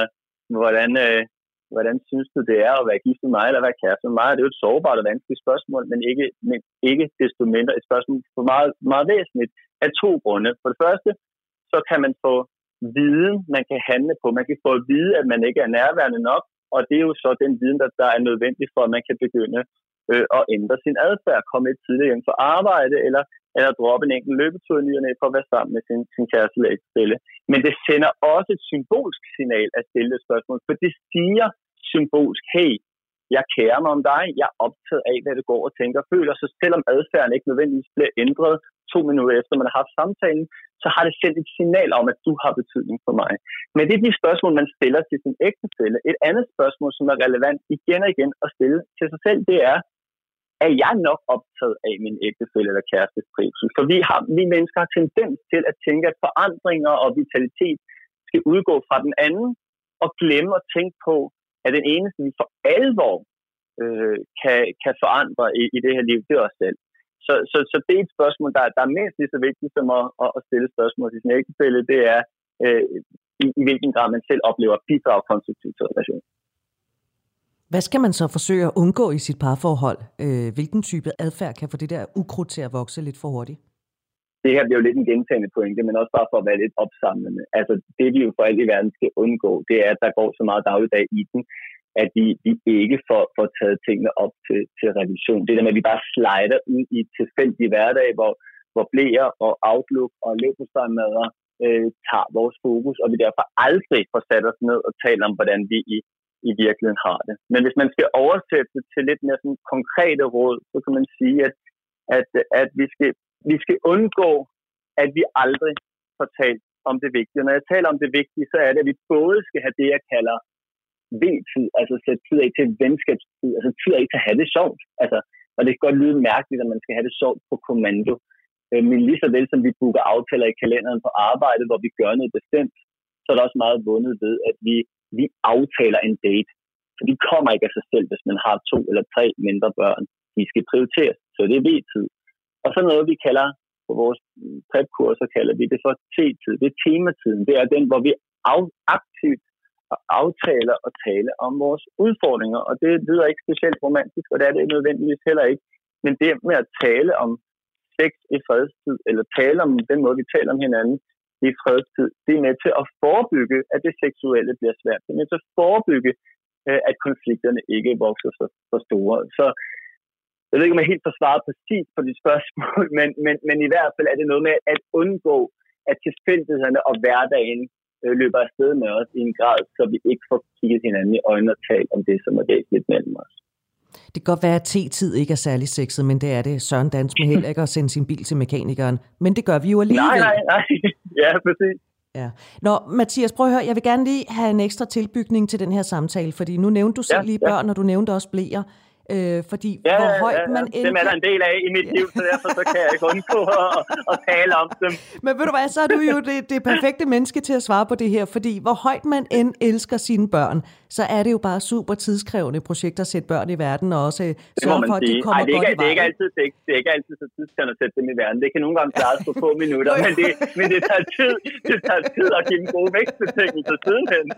hvordan synes du, det er at være gift med mig, eller være kæreste med mig? Det er jo et sårbart og vanskeligt spørgsmål, men ikke desto mindre et spørgsmål for meget, meget væsentligt af 2 grunde. For det første, så kan man få viden, man kan handle på. Man kan få at vide, at man ikke er nærværende nok, og det er jo så den viden, der er nødvendig for, at man kan begynde at ændre sin adfærd, komme lidt tidligere hjem for arbejde, eller droppe en enkelt løbetur i ny og næ for at være sammen med sin kæreste eller ægtefælle. Men det sender også et symbolsk signal at stille et spørgsmål, for det siger symbolsk, hey, jeg kærer mig om dig, jeg er optaget af, hvad det går og tænker og føler, så selvom adfærden ikke nødvendigvis bliver ændret 2 minutter efter, man har haft samtalen, så har det sendt et signal om, at du har betydning for mig. Men det er de spørgsmål, man stiller til sin ægtefælle. Et andet spørgsmål, som er relevant igen og igen at stille til sig selv, det er jeg nok optaget af min ægtefælle eller kærestes trivsel? For vi mennesker har tendens til at tænke, at forandringer og vitalitet skal udgå fra den anden, og glemme at tænke på, at den eneste, vi for alvor kan forandre i det her liv, det er os selv. Så det er et spørgsmål, der er mindst lige så vigtigt som at stille spørgsmål til sin ægtefælle. Det er, i hvilken grad man selv oplever at bidrage konstruktivt til relationen. Hvad skal man så forsøge at undgå i sit parforhold? Hvilken type adfærd kan få det der ukrudt til at vokse lidt for hurtigt? Det her bliver jo lidt en gentagende pointe, men også bare for at være lidt opsamlende. Altså det vi jo for alt i verden skal undgå, det er, at der går så meget dagligdag i den, at vi ikke får taget tingene op til revision. Det der med, at vi bare slider ud i et tilfældig hverdag, hvor blæer og outlook og leverpostejmadder tager vores fokus, og vi derfor aldrig får sat os ned og tale om, hvordan vi i virkeligheden har det. Men hvis man skal oversætte det til lidt mere sådan konkrete råd, så kan man sige, at vi skal undgå, at vi aldrig får talt om det vigtige. Når jeg taler om det vigtige, så er det, at vi både skal have det, jeg kalder V-tid, altså sætte tid af til venskabstid, altså tid af til at have det sjovt. Altså, og det kan godt lyde mærkeligt, at man skal have det sjovt på kommando. Men lige så vel som vi booker aftaler i kalenderen på arbejde, hvor vi gør noget bestemt, så er der også meget vundet ved, at vi aftaler en date. For de kommer ikke af sig selv, hvis man har 2 eller 3 mindre børn. De skal prioriteres, så det er V-tid. Og så noget, vi kalder på vores prepkurser, kalder vi det for T-tid. Det er tematiden. Det er den, hvor vi aktivt aftaler og taler om vores udfordringer. Og det lyder ikke specielt romantisk, og det er det nødvendigvis heller ikke. Men det med at tale om sex i fredstid, eller tale om den måde, vi taler om hinanden i fredstid, det er med til at forebygge, at det seksuelle bliver svært. Det er med til at forebygge, at konflikterne ikke vokser for store. Så jeg ved ikke, om jeg helt får svaret præcis på de spørgsmål, men i hvert fald er det noget med at undgå, at tilfældighederne og hverdagen løber afsted med os i en grad, så vi ikke får kigget hinanden i øjnene og talt om det, som er væsentligt mellem os. Det kan godt være, at T-tid ikke er særlig sexet, men det er det. Søren dans med heller ikke at sende sin bil til mekanikeren. Men det gør vi jo alligevel. Nej. Ja, præcis. Ja. Nå, Mathias, prøv at høre. Jeg vil gerne lige have en ekstra tilbygning til den her samtale, fordi nu nævnte du selv lige børn, og du nævnte også bleer. Fordi hvor højt man end... Dem er der en del af i mit liv, så derfor så kan jeg ikke undgå at tale om dem. Men ved du hvad, så er du jo det perfekte menneske til at svare på det her, fordi hvor højt man end elsker sine børn, så er det jo bare super tidskrævende projekt at sætte børn i verden, og også sørge for, at de kommer godt i vejen. Det er ikke altid så tidskrævende at sætte dem i verden. Det kan nogle gange klares på få minutter, men det tager tid at give dem gode vækstbetingelser sidenhen.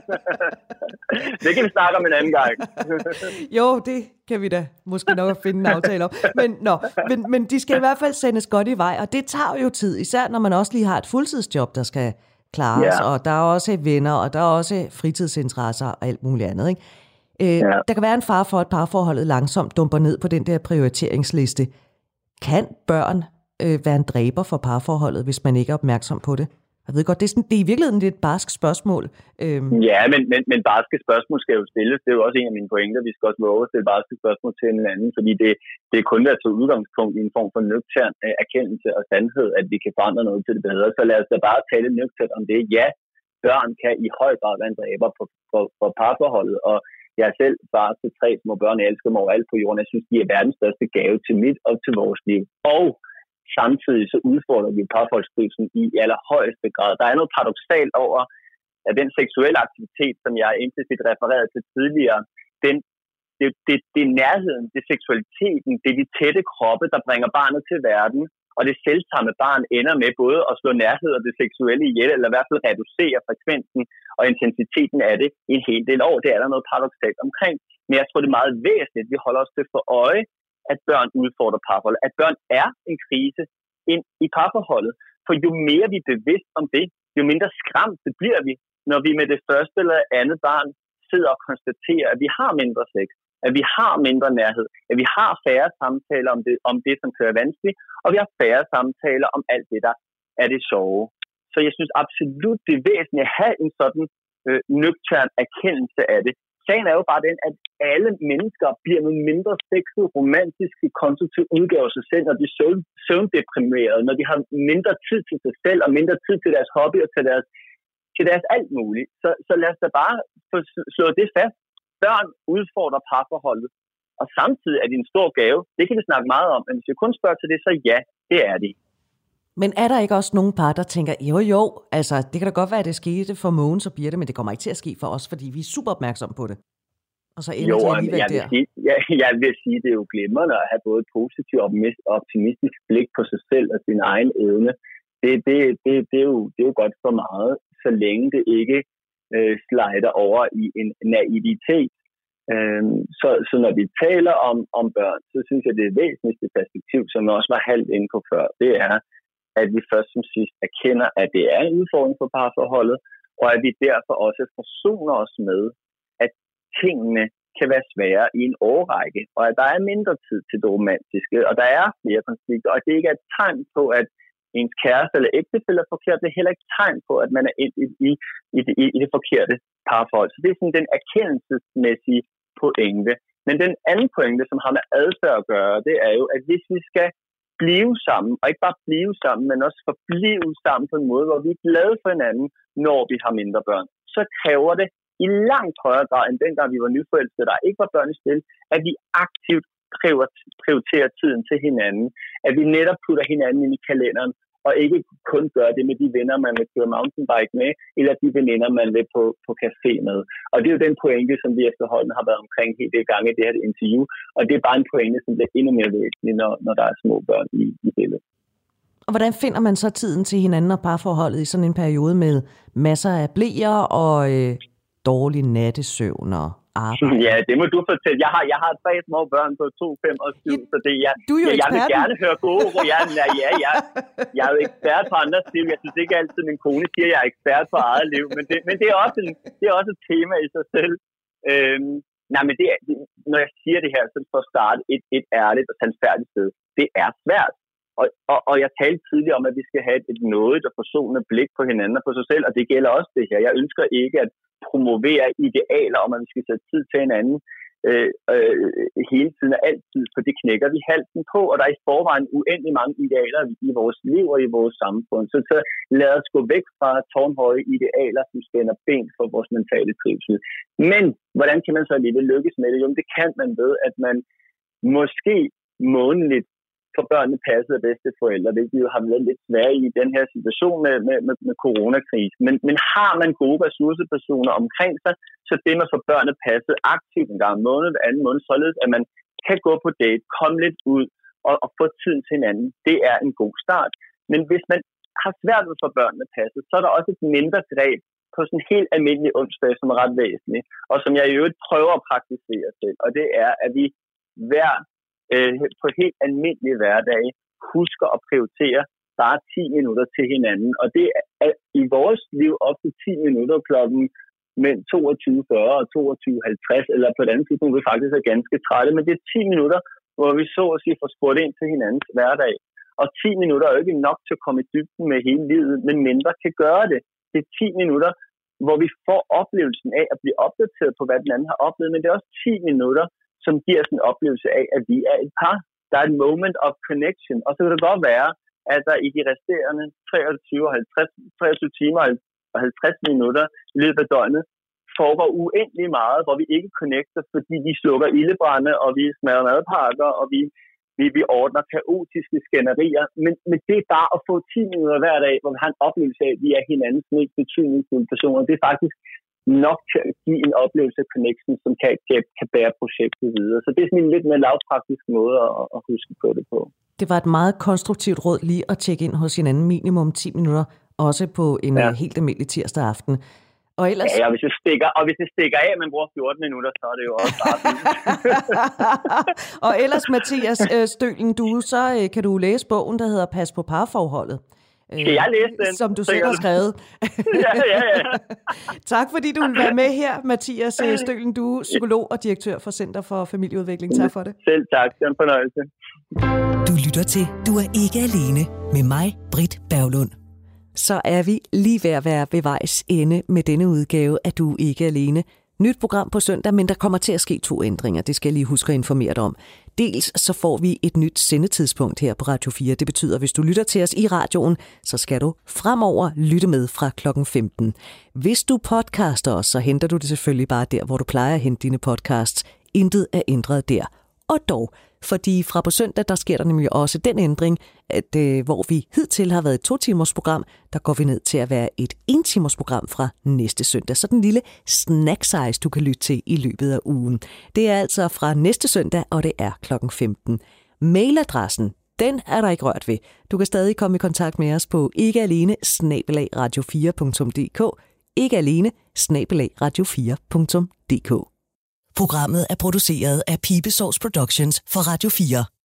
Det kan vi snakke om en anden gang. Jo, det kan vi da måske nok finde en aftale om. Men de skal i hvert fald sendes godt i vej, og det tager jo tid, især når man også lige har et fuldtidsjob, der skal klares, og der er også venner, og der er også fritidsinteresser og alt muligt andet, ikke? Der kan være en fare for, at parforholdet langsomt dumper ned på den der prioriteringsliste. Kan børn være en dræber for parforholdet, hvis man ikke er opmærksom på det? Jeg ved godt, det er i virkeligheden lidt et barsk spørgsmål. Ja, men barske spørgsmål skal jo stilles. Det er jo også en af mine pointer. Vi skal også våge at stille barske spørgsmål til en anden, fordi det er kun været til udgangspunkt i en form for nøgtern erkendelse og sandhed, at vi kan forandre noget til det bedre. Så lad os da bare tale nøgternt om det. Ja, børn kan i høj grad være en dræber for parforholdet, og jeg er selv far til 3 små børn. Jeg elsker dem overalt på jorden. Jeg synes, de er verdens største gave til mit og til vores liv. Og samtidig så udfordrer vi parforholdstrivslen i allerhøjeste grad. Der er noget paradoksalt over, at den seksuelle aktivitet, som jeg implicit refererede til tidligere, det er nærheden, det er seksualiteten, det er de tætte kroppe, der bringer barnet til verden, og det selvsamme barn ender med både at slå nærhed og det seksuelle ihjel, eller i hvert fald reducere frekvensen og intensiteten af det en hel del år. Det er der noget paradoksalt omkring. Men jeg tror, det er meget væsentligt, at vi holder os til for øje, at børn udfordrer parforholdet. At børn er en krise ind i parforholdet. For jo mere vi er bevidst om det, jo mindre skræmt bliver vi, når vi med det første eller andet barn sidder og konstaterer, at vi har mindre sex, at vi har mindre nærhed, at vi har færre samtaler om det som kan være vanskeligt, og vi har færre samtaler om alt det, der er det sjove. Så jeg synes absolut, det er væsentligt at have en sådan nøgtern erkendelse af det. Sagen er jo bare den, at alle mennesker bliver nogle mindre sexede, romantiske, konstruktive udgaver af sig selv, når de er søvndeprimerede, når de har mindre tid til sig selv, og mindre tid til deres hobby og til deres alt muligt. Så lad os da bare få slået det fast. Børn udfordrer parforholdet, og samtidig er det en stor gave. Det kan vi snakke meget om, men hvis vi kun spørger til det, så ja, det er det. Men er der ikke også nogle par, der tænker, jo, altså det kan da godt være, at det skete for Mogens og Birte, men det kommer ikke til at ske for os, fordi vi er super opmærksomme på det? Og så ender de alligevel der. Jeg vil sige, det er jo glimrende at have både et positivt og optimistisk blik på sig selv og sin egen evne. Det er jo godt for meget, så længe det ikke slider over i en naivitet. Så når vi taler om børn, så synes jeg, det væsentligste perspektiv, som jeg også var halvt inde på før, det er, at vi først som sidst erkender, at det er en udfordring for parforholdet, og at vi derfor også forsoner os med, at tingene kan være svære i en årrække, og at der er mindre tid til det romantiske, og der er flere konflikter, og det ikke er et tegn på, at ens kæreste eller ægtefælle er forkert, det er heller ikke tegn på, at man er ind i det forkerte parforhold. Så det er sådan den erkendelsesmæssige pointe. Men den anden pointe, som har med adfærd at gøre, det er jo, at hvis vi skal blive sammen, og ikke bare blive sammen, men også forblive sammen på en måde, hvor vi er glade for hinanden, når vi har mindre børn, så kræver det i langt højere grad, end dengang vi var nyforelskede, der ikke var børn i spil, at vi aktivt prioriterer tiden til hinanden, at vi netop putter hinanden ind i kalenderen, og ikke kun gør det med de venner, man vil køre mountainbike med, eller de veninder, man vil på café med. Og det er jo den pointe, som vi efterhånden har været omkring helt det gange i det her interview, og det er bare en pointe, som bliver endnu mere væsentlig, når der er små børn i billedet. Og hvordan finder man så tiden til hinanden og parforholdet i sådan en periode med masser af bleer og dårlig nattesøvn og arbejde? Ja, det må du fortælle. Jeg har 3 små børn på 2, 5 og 7, så det jeg vil gerne høre gode råd. Jeg er jo ekspert på andres liv. Jeg synes ikke altid, min kone siger, at jeg er ekspert på eget liv, men det er også et tema i sig selv. Men når jeg siger det her, så for at starte et ærligt og sandfærdigt sted. Det er svært. Og jeg talte tidligere om, at vi skal have et nådigt og forsonende blik på hinanden og på sig selv, og det gælder også det her. Jeg ønsker ikke at promovere idealer om, at vi skal sætte tid til hinanden hele tiden og altid, for det knækker vi halsen på, og der er i forvejen uendelig mange idealer i vores liv og i vores samfund. Så lad os gå væk fra tårnhøje idealer, som spænder ben for vores mentale trivsel. Men hvordan kan man så alligevel lykkes med det? Jo, det kan man ved, at man måske månedligt for børnene passet af bedsteforældre, hvilket jo har været lidt svært i den her situation med coronakrisen. Men har man gode ressourcepersoner omkring sig, så det med for børnene passet aktivt en gang måned, anden måned, således at man kan gå på date, komme lidt ud og få tiden til hinanden, det er en god start. Men hvis man har svært ved for børnene passet, så er der også et mindre greb på sådan en helt almindelig onsdag, som er ret væsentligt, og som jeg i øvrigt prøver at praktisere selv, og det er, at vi på helt almindelige hverdage husker at prioritere bare 10 minutter til hinanden. Og det er i vores liv op til 10 minutter klokken mellem 22.40 og 22.50, eller på et andet tidspunkt, vi faktisk er ganske trætte, men det er 10 minutter, hvor vi så at sige får spurgt ind til hinandens hverdag. Og 10 minutter er jo ikke nok til at komme i dybden med hele livet, men mindre kan gøre det. Det er 10 minutter, hvor vi får oplevelsen af at blive opdateret på, hvad den anden har oplevet, men det er også 10 minutter, som giver os en oplevelse af, at vi er et par. Der er et moment of connection, og så kan det godt være, at der i de resterende 23 timer og 50 minutter i løbet af døgnet foregår uendelig meget, hvor vi ikke connecter, fordi vi slukker ildebrænde, og vi smadrer madpakker, og vi ordner kaotiske skænderier. Men det er bare at få 10 minutter hver dag, hvor vi har en oplevelse af, at vi er hinandens mest betydningsfulde personer. Det er faktisk nok til at give en oplevelse af connection, som kan bære projektet videre. Så det er sådan en lidt mere lavpraktisk måde at huske på det på. Det var et meget konstruktivt råd lige at tjekke ind hos hinanden minimum 10 minutter, også på en helt almindelig tirsdag aften. Og ellers... Ja, og hvis det stikker af, at man bruger 14 minutter, så er det jo også bare Og ellers, Mathias Stølen Due, så kan du læse bogen, der hedder Pas på parforholdet. Skal jeg læse den? Som du selv har skrevet. Ja. Tak fordi du vil være med her, Mathias Stølen Due, psykolog og direktør for Center for Familieudvikling. Tak for det. Selv tak. Det er en fornøjelse. Du lytter til Du er ikke alene med mig, Britt Berglund. Så er vi lige ved at være ved vejs ende med denne udgave af Du er ikke alene. Nyt program på søndag, men der kommer til at ske 2 ændringer. Det skal jeg lige huske at informere dig om. Dels så får vi et nyt sendetidspunkt her på Radio 4. Det betyder, at hvis du lytter til os i radioen, så skal du fremover lytte med fra klokken 15. Hvis du podcaster os, så henter du det selvfølgelig bare der, hvor du plejer at hente dine podcasts. Intet er ændret der. Og dog, fordi fra på søndag, der sker der nemlig også den ændring, at hvor vi hidtil har været et 2-timers program, der går vi ned til at være et 1-timers program fra næste søndag. Så den lille snack size, du kan lytte til i løbet af ugen. Det er altså fra næste søndag, og det er kl. 15. Mailadressen, den er der ikke rørt ved. Du kan stadig komme i kontakt med os på ikkealene@radio4.dk, ikkealene@radio4.dk. Programmet er produceret af Pibesovs Productions for Radio 4.